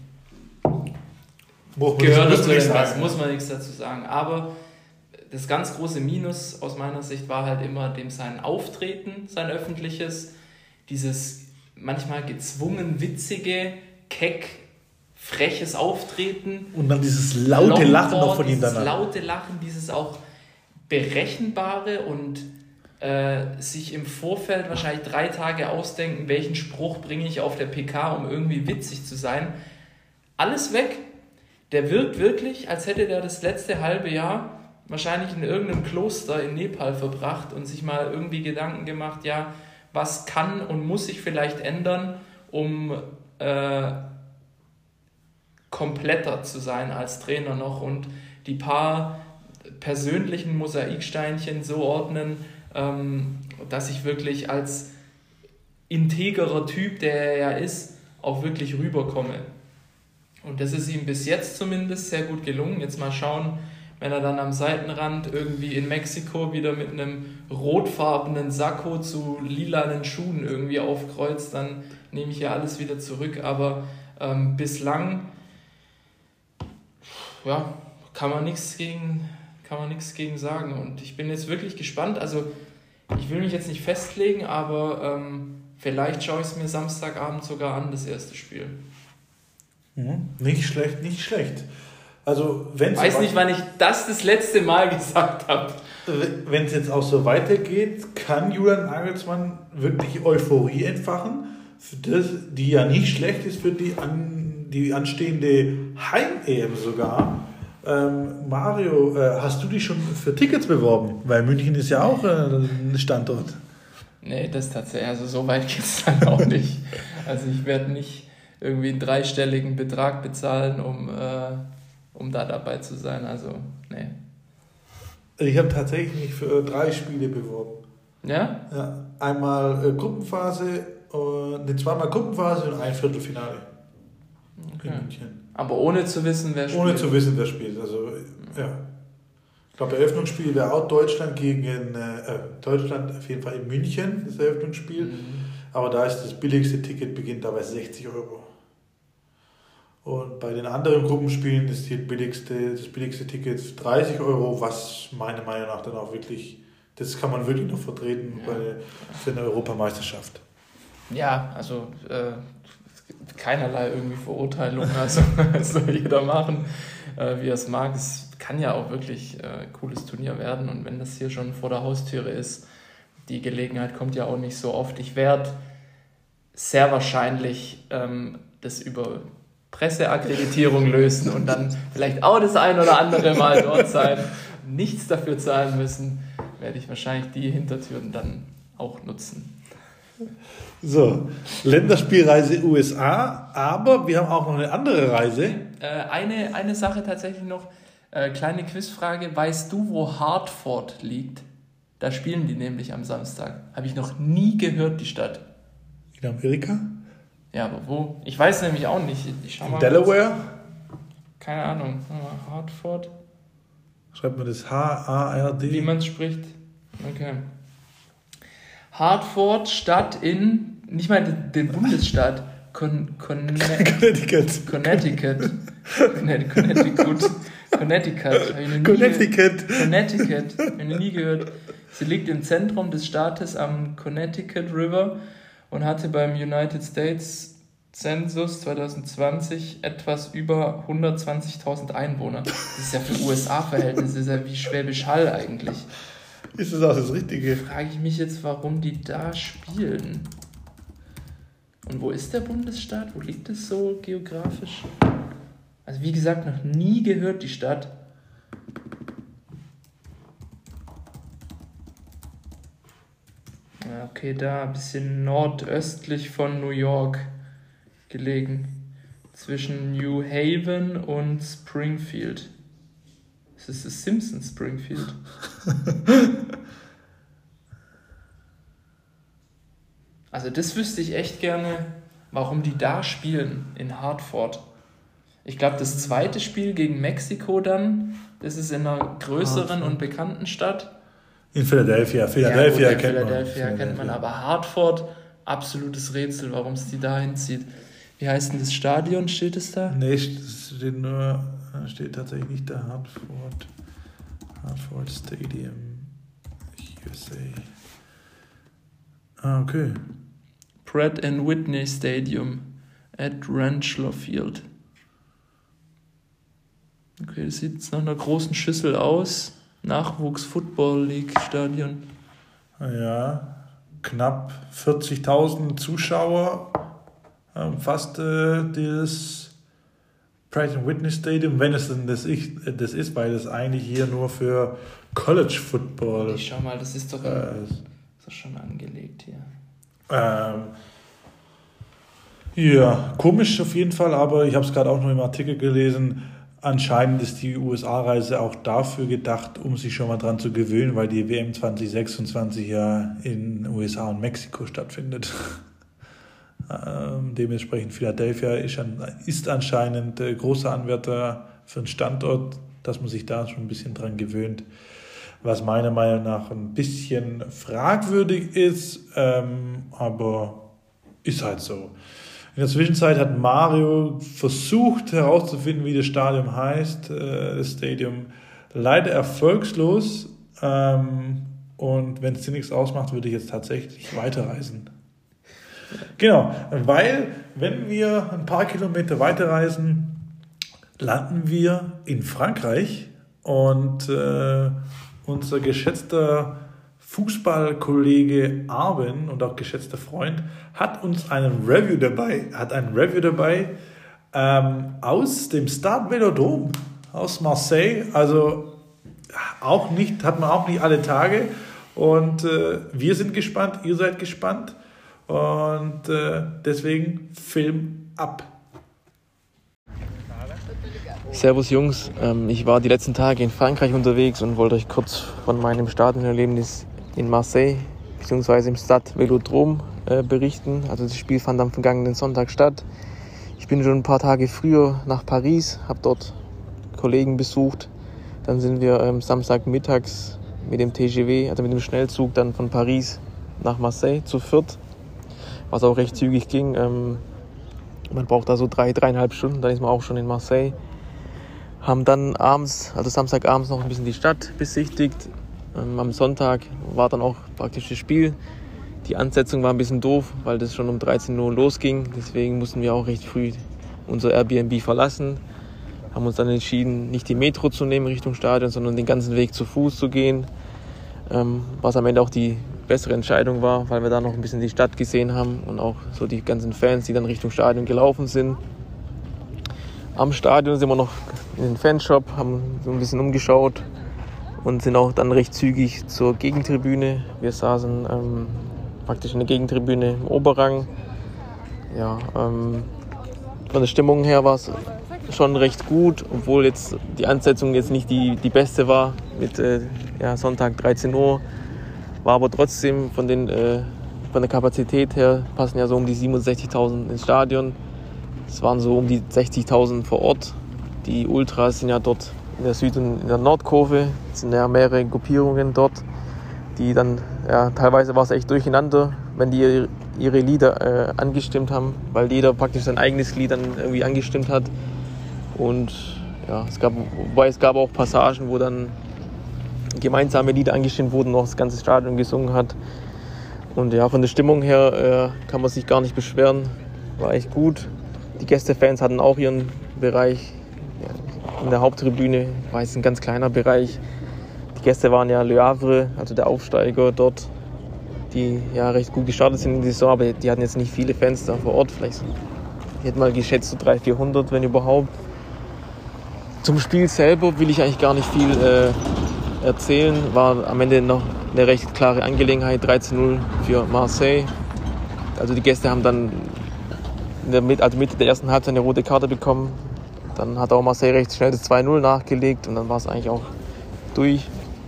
Speaker 3: gehört zu dem was, muss man nichts dazu sagen. Aber das ganz große Minus aus meiner Sicht war halt immer dem sein Auftreten, sein öffentliches, dieses manchmal gezwungen witzige, keck, freches Auftreten.
Speaker 2: Und dann dieses laute Lachen noch von ihm danach.
Speaker 3: Dieses laute Lachen, dieses auch berechenbare und sich im Vorfeld wahrscheinlich 3 Tage ausdenken, welchen Spruch bringe ich auf der PK, um irgendwie witzig zu sein. Alles weg. Der wirkt wirklich, als hätte der das letzte halbe Jahr wahrscheinlich in irgendeinem Kloster in Nepal verbracht und sich mal irgendwie Gedanken gemacht, ja, was kann und muss sich vielleicht ändern, um kompletter zu sein als Trainer noch und die paar persönlichen Mosaiksteinchen so ordnen, dass ich wirklich als integerer Typ, der er ja ist, auch wirklich rüberkomme. Und das ist ihm bis jetzt zumindest sehr gut gelungen. Jetzt mal schauen, wenn er dann am Seitenrand irgendwie in Mexiko wieder mit einem rotfarbenen Sakko zu lilanen Schuhen irgendwie aufkreuzt, dann nehme ich ja alles wieder zurück. Aber bislang ja, kann man nichts gegen sagen. Und ich bin jetzt wirklich gespannt. Also ich will mich jetzt nicht festlegen, aber vielleicht schaue ich es mir Samstagabend sogar an, das erste Spiel.
Speaker 2: Nicht schlecht, nicht schlecht. Also,
Speaker 3: weiß nicht, wann ich das letzte Mal gesagt habe.
Speaker 2: Wenn es jetzt auch so weitergeht, kann Julian Nagelsmann wirklich Euphorie entfachen, für das, die ja nicht schlecht ist für die anstehende Heim-EM sogar. Mario, hast du dich schon für Tickets beworben? Weil München ist ja auch ein Standort.
Speaker 3: Nee, das tatsächlich, also so weit geht es dann auch nicht. Also ich werde nicht irgendwie einen 3-stelligen Betrag bezahlen, um da dabei zu sein. Also, nee.
Speaker 2: Ich habe tatsächlich mich für 3 Spiele beworben.
Speaker 3: Ja?
Speaker 2: Ja, einmal Gruppenphase, zweimal Gruppenphase und ein Viertelfinale.
Speaker 3: Okay. In München. Aber ohne zu wissen, wer spielt.
Speaker 2: Ohne zu wissen, wer spielt. Also, ja. Ich glaube, Eröffnungsspiel wäre auch Deutschland gegen Deutschland auf jeden Fall in München, das Eröffnungsspiel. Mhm. Aber da ist das billigste Ticket, beginnt da bei 60 Euro. Und bei den anderen Gruppenspielen ist das billigste Ticket 30 Euro, was meiner Meinung nach dann auch wirklich, das kann man wirklich noch vertreten für eine Europameisterschaft.
Speaker 3: Ja, also keinerlei irgendwie Verurteilung, also soll jeder machen, wie er es mag. Es kann ja auch wirklich cooles Turnier werden und wenn das hier schon vor der Haustüre ist, die Gelegenheit kommt ja auch nicht so oft. Ich werde sehr wahrscheinlich das über Presseakkreditierung lösen und dann vielleicht auch das ein oder andere Mal dort sein, nichts dafür zahlen müssen, werde ich wahrscheinlich die Hintertüren dann auch nutzen.
Speaker 2: So, Länderspielreise USA, aber wir haben auch noch eine andere Reise.
Speaker 3: Eine Sache tatsächlich noch, kleine Quizfrage, weißt du, wo Hartford liegt? Da spielen die nämlich am Samstag. Habe ich noch nie gehört, die Stadt.
Speaker 2: In Amerika?
Speaker 3: Ja, aber wo? Ich weiß nämlich auch nicht. Ich schau mal
Speaker 2: Delaware?
Speaker 3: Kurz. Keine Ahnung. Hartford.
Speaker 2: Schreibt man das H-A-R-D?
Speaker 3: Wie man es spricht. Okay. Hartford, Stadt in, nicht mal den Bundesstaat, Connecticut. Connecticut. Habe ich noch nie gehört. Sie liegt im Zentrum des Staates am Connecticut River und hatte beim United States Census 2020 etwas über 120.000 Einwohner. Das ist ja für USA-Verhältnisse, ist ja wie Schwäbisch Hall eigentlich.
Speaker 2: Ist das auch das Richtige?
Speaker 3: Frage ich mich jetzt, warum die da spielen. Und wo ist der Bundesstaat? Wo liegt es so geografisch? Also wie gesagt, noch nie gehört die Stadt. Okay, da ein bisschen nordöstlich von New York gelegen. Zwischen New Haven und Springfield. Das ist das Simpsons Springfield. Also das wüsste ich echt gerne, warum die da spielen in Hartford. Ich glaube, das zweite Spiel gegen Mexiko dann, das ist in einer größeren und bekannten Stadt.
Speaker 2: In Philadelphia. Philadelphia
Speaker 3: kennt man, aber Hartford, absolutes Rätsel, warum es die da hinzieht. Wie heißt denn das Stadion? Steht es da?
Speaker 2: Nee, es steht tatsächlich nicht da. Hartford Stadium, USA. Ah, okay.
Speaker 3: Pratt & Whitney Stadium at Rentschler Field. Okay, das sieht jetzt nach einer großen Schüssel aus. Nachwuchs Football League Stadion.
Speaker 2: Ja, knapp 40.000 Zuschauer umfasst das Pratt & Whitney Stadium, wenn es denn das ist, weil das eigentlich hier nur für College Football.
Speaker 3: Ich schau mal, das ist doch schon angelegt hier.
Speaker 2: Ja, komisch auf jeden Fall, aber ich habe es gerade auch noch im Artikel gelesen. Anscheinend ist die USA-Reise auch dafür gedacht, um sich schon mal dran zu gewöhnen, weil die WM 2026 ja in USA und Mexiko stattfindet. Dementsprechend Philadelphia ist anscheinend großer Anwärter für einen Standort, dass man sich da schon ein bisschen dran gewöhnt, was meiner Meinung nach ein bisschen fragwürdig ist, aber ist halt so. In der Zwischenzeit hat Mario versucht herauszufinden, wie das Stadion heißt, das Stadium, leider erfolgslos, und wenn es dir nichts ausmacht, würde ich jetzt tatsächlich weiterreisen. Genau, weil wenn wir ein paar Kilometer weiterreisen, landen wir in Frankreich und unser geschätzter Fußballkollege Arben und auch geschätzter Freund hat einen Review dabei aus dem Stade Velodrome aus Marseille, also hat man auch nicht alle Tage, und wir sind gespannt, ihr seid gespannt, und deswegen Film ab.
Speaker 4: Servus Jungs, ich war die letzten Tage in Frankreich unterwegs und wollte euch kurz von meinem Stadionerlebnis in Marseille bzw. im Stade Velodrom berichten. Also das Spiel fand am vergangenen Sonntag statt. Ich bin schon ein paar Tage früher nach Paris, habe dort Kollegen besucht. Dann sind wir Samstagmittags mit dem TGV, also mit dem Schnellzug, dann von Paris nach Marseille zu viert, was auch recht zügig ging. Man braucht da so 3,5 Stunden, dann ist man auch schon in Marseille. Haben dann abends, also Samstagabends, noch ein bisschen die Stadt besichtigt. Am Sonntag war dann auch praktisch das Spiel. Die Ansetzung war ein bisschen doof, weil das schon um 13 Uhr losging. Deswegen mussten wir auch recht früh unser Airbnb verlassen. Haben uns dann entschieden, nicht die Metro zu nehmen Richtung Stadion, sondern den ganzen Weg zu Fuß zu gehen. Was am Ende auch die bessere Entscheidung war, weil wir da noch ein bisschen die Stadt gesehen haben und auch so die ganzen Fans, die dann Richtung Stadion gelaufen sind. Am Stadion sind wir noch in den Fanshop, haben so ein bisschen umgeschaut und sind auch dann recht zügig zur Gegentribüne. Wir saßen praktisch in der Gegentribüne im Oberrang. Ja, von der Stimmung her war es schon recht gut, obwohl jetzt die Ansetzung jetzt nicht die beste war mit Sonntag 13 Uhr. War aber trotzdem von der Kapazität her passen ja so um die 67.000 ins Stadion. Es waren so um die 60.000 vor Ort. Die Ultras sind ja dort in der Süd- und in der Nordkurve. Es sind ja mehrere Gruppierungen dort, die dann, teilweise war es echt durcheinander, wenn die ihre Lieder angestimmt haben, weil jeder praktisch sein eigenes Lied dann irgendwie angestimmt hat. Und ja, es gab auch Passagen, wo dann gemeinsame Lieder angestimmt wurden, noch das ganze Stadion gesungen hat. Und ja, von der Stimmung her kann man sich gar nicht beschweren, war echt gut. Die Gästefans hatten auch ihren Bereich in der Haupttribüne, war jetzt ein ganz kleiner Bereich. Die Gäste waren ja Le Havre, also der Aufsteiger dort, die ja recht gut gestartet sind in die Saison, aber die hatten jetzt nicht viele Fans da vor Ort. Vielleicht, ich hätte mal geschätzt, so 300-400, wenn überhaupt. Zum Spiel selber will ich eigentlich gar nicht viel erzählen. War am Ende noch eine recht klare Angelegenheit, 13-0 für Marseille. Also die Gäste haben dann Mitte der ersten Halbzeit eine rote Karte bekommen. Dann hat auch Marseille recht schnell das 2-0 nachgelegt und dann war es eigentlich auch durch.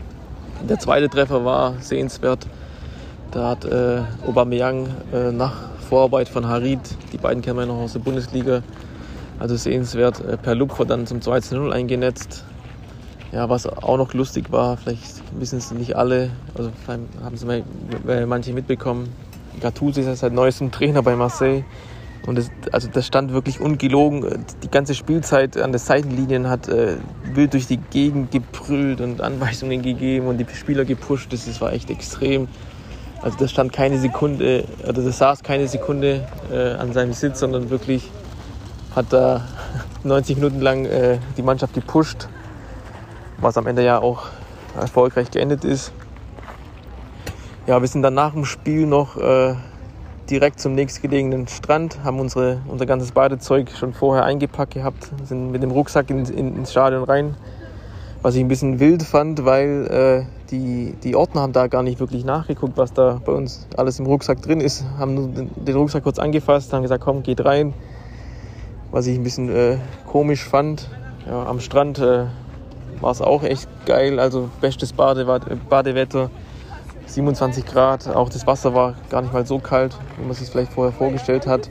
Speaker 4: Der zweite Treffer war sehenswert. Da hat Aubameyang nach Vorarbeit von Harit, die beiden kennen wir noch aus der Bundesliga, also sehenswert, per Lupfer dann zum 2-0 eingenetzt. Ja, was auch noch lustig war, vielleicht wissen es nicht alle, also haben es manche mitbekommen, Gattuso ist ja seit neuestem Trainer bei Marseille. Und das stand wirklich ungelogen. Die ganze Spielzeit an der Seitenlinien hat wild durch die Gegend gebrüllt und Anweisungen gegeben und die Spieler gepusht. Das war echt extrem. Also das stand keine Sekunde, also das saß keine Sekunde an seinem Sitz, sondern wirklich hat da 90 Minuten lang die Mannschaft gepusht, was am Ende ja auch erfolgreich geendet ist. Ja, wir sind dann nach dem Spiel noch direkt zum nächstgelegenen Strand, haben unser ganzes Badezeug schon vorher eingepackt gehabt, sind mit dem Rucksack ins Stadion rein, was ich ein bisschen wild fand, weil die Ordner haben da gar nicht wirklich nachgeguckt, was da bei uns alles im Rucksack drin ist, haben nur den Rucksack kurz angefasst, haben gesagt, komm, geht rein, was ich ein bisschen komisch fand. Ja, am Strand war es auch echt geil, also bestes Badewetter. 27 Grad, auch das Wasser war gar nicht mal so kalt, wie man sich es vielleicht vorher vorgestellt hat.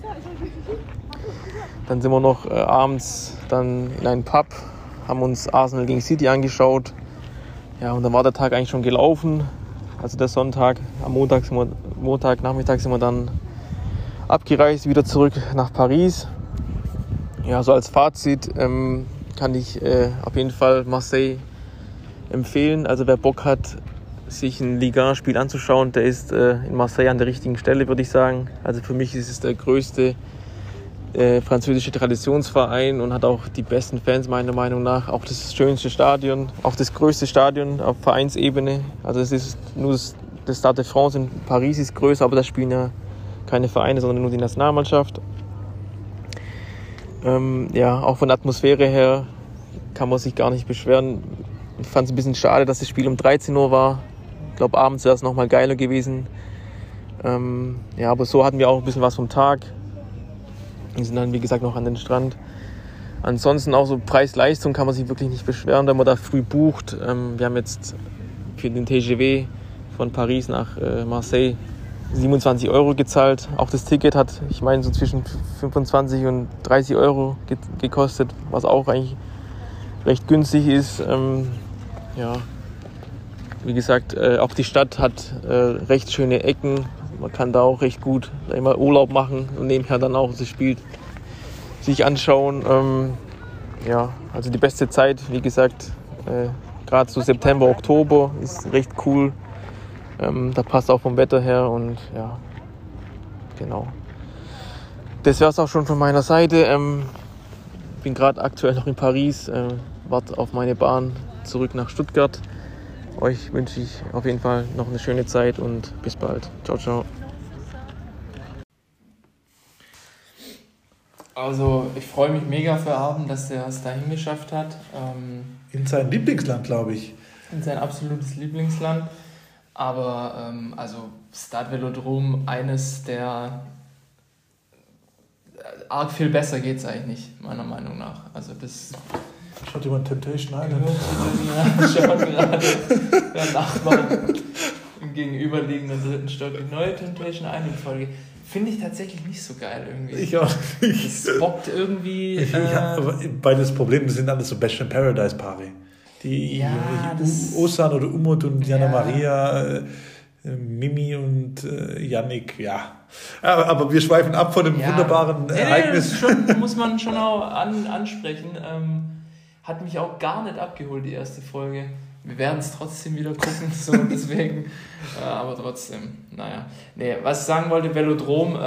Speaker 4: Dann sind wir noch abends dann in einen Pub, haben uns Arsenal gegen City angeschaut. Ja, und dann war der Tag eigentlich schon gelaufen, also der Sonntag. Am Montagnachmittag sind wir dann abgereist, wieder zurück nach Paris. Ja, so als Fazit kann ich auf jeden Fall Marseille empfehlen. Also wer Bock hat, sich ein Ligue 1-Spiel anzuschauen, der ist in Marseille an der richtigen Stelle, würde ich sagen. Also für mich ist es der größte französische Traditionsverein und hat auch die besten Fans meiner Meinung nach. Auch das schönste Stadion, auch das größte Stadion auf Vereinsebene. Also es ist nur das Stade de France in Paris ist größer, aber da spielen ja keine Vereine, sondern nur die Nationalmannschaft. Auch von der Atmosphäre her kann man sich gar nicht beschweren. Ich fand es ein bisschen schade, dass das Spiel um 13 Uhr war. Ich glaube, abends wäre es nochmal geiler gewesen. Aber so hatten wir auch ein bisschen was vom Tag. Wir sind dann, wie gesagt, noch an den Strand. Ansonsten auch so Preis-Leistung kann man sich wirklich nicht beschweren, wenn man da früh bucht. Wir haben jetzt für den TGV von Paris nach Marseille 27 € gezahlt. Auch das Ticket hat, ich meine, so zwischen 25 und 30 € gekostet, was auch eigentlich recht günstig ist. Ja, wie gesagt, auch die Stadt hat recht schöne Ecken. Man kann da auch recht gut mal Urlaub machen und nebenher dann auch das Spiel sich anschauen. Ja, also die beste Zeit, wie gesagt, gerade so September, Oktober ist recht cool. Da passt auch vom Wetter her und ja, genau. Das wäre es auch schon von meiner Seite. Bin gerade aktuell noch in Paris, warte auf meine Bahn zurück nach Stuttgart. Euch wünsche ich auf jeden Fall noch eine schöne Zeit und bis bald. Ciao, ciao.
Speaker 3: Also ich freue mich mega für Abend, dass er es dahin geschafft hat.
Speaker 2: In sein Lieblingsland, glaube ich.
Speaker 3: In sein absolutes Lieblingsland. Aber also Stade Velodrom, eines der arg viel besser geht es eigentlich nicht, meiner Meinung nach. Also das
Speaker 2: schaut jemand Temptation Island?
Speaker 3: Ja, schon gerade der Nachbar im gegenüberliegenden 3. Stock. Die neue Temptation Island Folge finde ich tatsächlich nicht so geil irgendwie.
Speaker 2: Ich auch nicht.
Speaker 3: Das bockt irgendwie.
Speaker 2: Aber beides Problem, das sind alles so Bachelor in Paradise Paare. Die Osan oder Umut und Jana Maria, Mimi und Yannick, ja. Aber wir schweifen ab von dem wunderbaren Ereignis.
Speaker 3: Muss man schon auch ansprechen. Hat mich auch gar nicht abgeholt, die erste Folge. Wir werden es trotzdem wieder gucken, so deswegen. Aber trotzdem, naja. Nee, was ich sagen wollte, Velodrom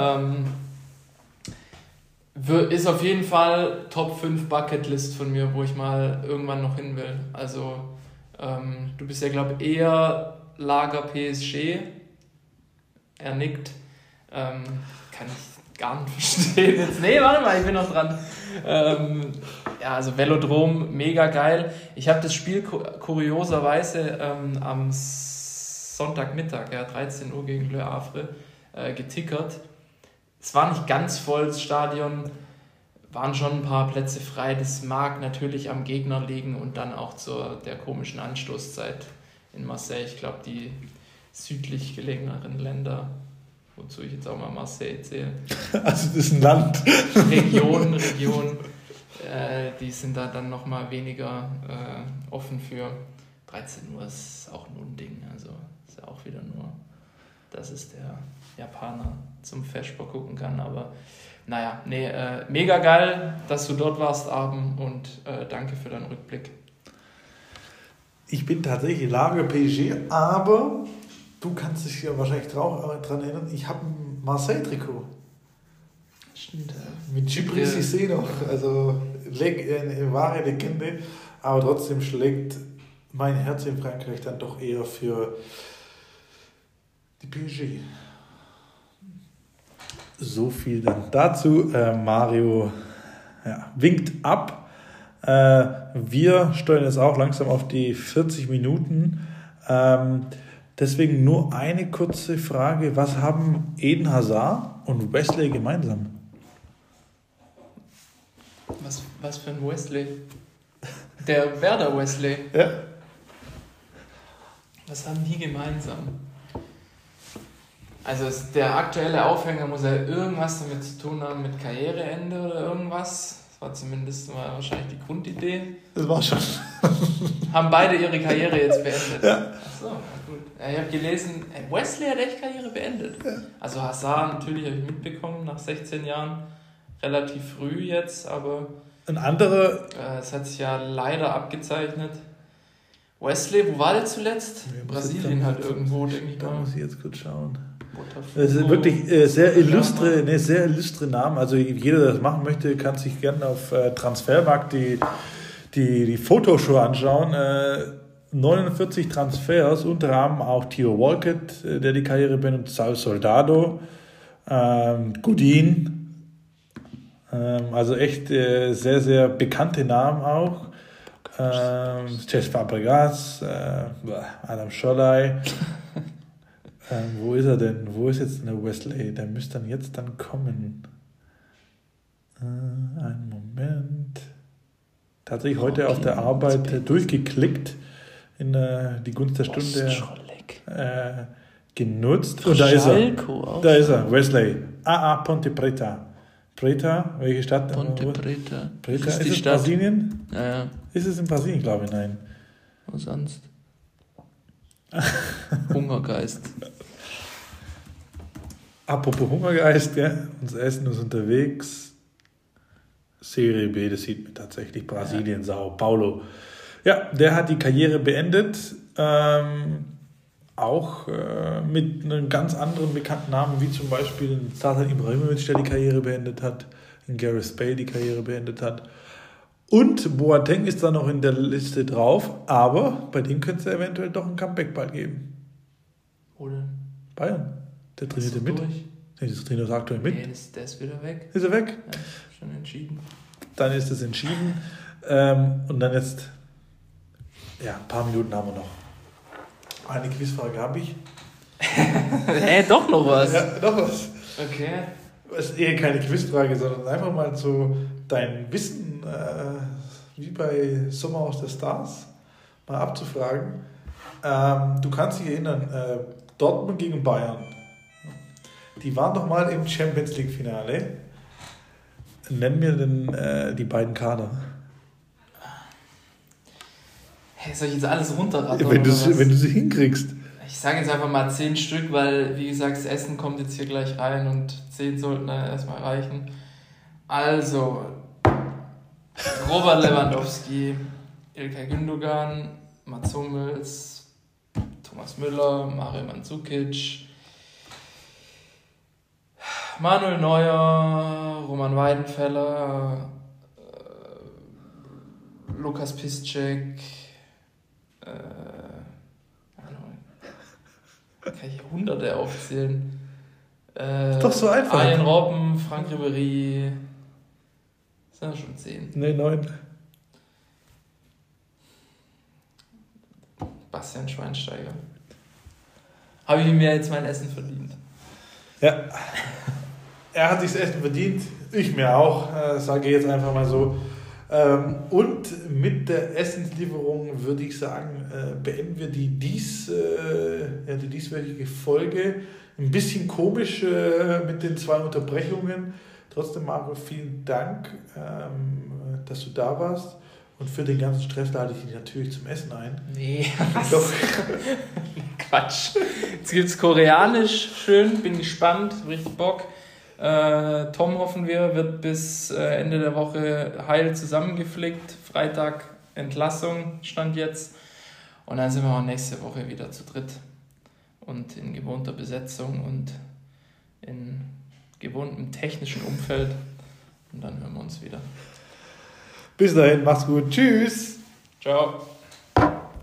Speaker 3: ist auf jeden Fall Top 5 Bucketlist von mir, wo ich mal irgendwann noch hin will. Also, du bist ja, glaube ich, eher Lager PSG. Er nickt. Kann ich gar nicht verstehen jetzt. Nee, warte mal, ich bin noch dran. Ja, also Velodrom, mega geil. Ich habe das Spiel kurioserweise am Sonntagmittag, 13 Uhr gegen Le Havre, getickert. Es war nicht ganz voll, das Stadion, waren schon ein paar Plätze frei. Das mag natürlich am Gegner liegen und dann auch der komischen Anstoßzeit in Marseille. Ich glaube, die südlich gelegeneren Länder, wozu ich jetzt auch mal Marseille zähle.
Speaker 2: Also das ist ein Land.
Speaker 3: Region, die sind da dann nochmal weniger offen für. 13 Uhr ist auch ein Unding, also ist ja auch wieder nur, dass es der Japaner zum Feschbar gucken kann, aber naja, mega geil, dass du dort warst, Abend, und danke für deinen Rückblick.
Speaker 2: Ich bin tatsächlich Lager PSG, aber du kannst dich ja wahrscheinlich dran erinnern, ich habe ein Marseille-Trikot.
Speaker 3: Stimmt.
Speaker 2: Mit Gibri Cissé noch, also eine wahre Legende, aber trotzdem schlägt mein Herz in Frankreich dann doch eher für die PSG. So viel dann dazu. Mario winkt ab. Wir steuern jetzt auch langsam auf die 40 Minuten. Deswegen nur eine kurze Frage. Was haben Eden Hazard und Wesley gemeinsam?
Speaker 3: Was für ein Wesley? Der Werder Wesley.
Speaker 2: Ja.
Speaker 3: Was haben die gemeinsam? Also der aktuelle Aufhänger muss ja irgendwas damit zu tun haben mit Karriereende oder irgendwas. Das war zumindest wahrscheinlich die Grundidee.
Speaker 2: Das war schon.
Speaker 3: Haben beide ihre Karriere jetzt beendet?
Speaker 2: Ja.
Speaker 3: Achso, gut. Ich habe gelesen, Wesley hat echt Karriere beendet. Ja. Also Hazard natürlich habe ich mitbekommen, nach 16 Jahren. Relativ früh jetzt, aber
Speaker 2: ein anderer.
Speaker 3: Es hat sich ja leider abgezeichnet. Wesley, wo war der zuletzt? Brasilien halt irgendwo, denke ich mal.
Speaker 2: Da muss ich jetzt kurz schauen. Das sind wirklich sehr illustre Namen. Also jeder, der das machen möchte, kann sich gerne auf Transfermarkt die Fotoshow anschauen. 49 Transfers, unter anderem auch Theo Walcott, der die Karriere beendet, Saul Soldado, Godin. Also echt sehr, sehr bekannte Namen auch. Cesc Fabregas, Adam Scholai. Wo ist er denn? Wo ist jetzt der Wesley? Der müsste dann jetzt kommen. Einen Moment. Tatsächlich heute auf der Arbeit durchgeklickt in die Gunst der Stunde. genutzt. Und da ist er.
Speaker 3: Auch.
Speaker 2: Da ist er, Wesley. Ponte Preta. Preta, welche Stadt?
Speaker 3: Ponte Preta.
Speaker 2: Preta,
Speaker 3: Das
Speaker 2: ist
Speaker 3: die
Speaker 2: es
Speaker 3: Stadt.
Speaker 2: Brasilien?
Speaker 3: Ja.
Speaker 2: Ist es in Brasilien, glaube ich, nein.
Speaker 3: Wo sonst? Hungergeist.
Speaker 2: Apropos Hungergeist, gell? Unser Essen ist unterwegs. Serie B, das sieht man tatsächlich. Brasilien, Sao Paulo. Ja, der hat die Karriere beendet. Auch mit einem ganz anderen bekannten Namen, wie zum Beispiel Zlatan Ibrahimovic, der die Karriere beendet hat. In Gareth Bale die Karriere beendet hat. Und Boateng ist da noch in der Liste drauf, aber bei dem könnte es eventuell doch ein Comeback bald geben.
Speaker 3: Wo denn?
Speaker 2: Bayern. Der trainiert mit.
Speaker 3: Durch?
Speaker 2: Nee, das trainiert aktuell mit.
Speaker 3: Nee, der ist wieder weg.
Speaker 2: Ist er weg?
Speaker 3: Ja, schon entschieden.
Speaker 2: Dann ist es entschieden. Und dann jetzt, ja, ein paar Minuten haben wir noch. Eine Quizfrage habe ich.
Speaker 3: Doch noch was?
Speaker 2: Ja, noch was.
Speaker 3: Okay.
Speaker 2: Es ist eher keine Quizfrage, sondern einfach mal so dein Wissen, wie bei Sommerhaus der Stars, mal abzufragen. Du kannst dich erinnern, Dortmund gegen Bayern. Die waren doch mal im Champions League Finale. Nenn mir denn die beiden Kader.
Speaker 3: Hey, soll ich jetzt alles runterrattern?
Speaker 2: Wenn du sie hinkriegst.
Speaker 3: Ich sage jetzt einfach mal 10 Stück, weil, wie gesagt, das Essen kommt jetzt hier gleich rein und 10 sollten dann erstmal reichen. Also, Robert Lewandowski, Ilkay Gündogan, Mats Hummels, Thomas Müller, Mario Mandzukic, Manuel Neuer, Roman Weidenfeller, Lukas Piszczek, kann ich Hunderte aufzählen.
Speaker 2: Ist doch so einfach.
Speaker 3: Arjen Robben, Frank Ribéry. Das sind ja schon 10.
Speaker 2: Nee, 9.
Speaker 3: Bastian Schweinsteiger. Habe ich mir jetzt mein Essen verdient?
Speaker 2: Ja. Er hat sich das Essen verdient. Ich mir auch. Sage ich jetzt einfach mal so. Und mit der Essenslieferung würde ich sagen, beenden wir die dieswöchige Folge. Ein bisschen komisch mit den 2 Unterbrechungen. Trotzdem, Marco, vielen Dank, dass du da warst. Und für den ganzen Stress lade ich dich natürlich zum Essen ein.
Speaker 3: Nee,
Speaker 2: Doch.
Speaker 3: Quatsch. Jetzt gibt es Koreanisch, schön, bin gespannt, richtig Bock. Tom, hoffen wir, wird bis Ende der Woche heil zusammengeflickt. Freitag Entlassung stand jetzt. Und dann sind wir auch nächste Woche wieder zu dritt. Und in gewohnter Besetzung und in gewohntem technischen Umfeld. Und dann hören wir uns wieder.
Speaker 2: Bis dahin, mach's gut. Tschüss.
Speaker 3: Ciao.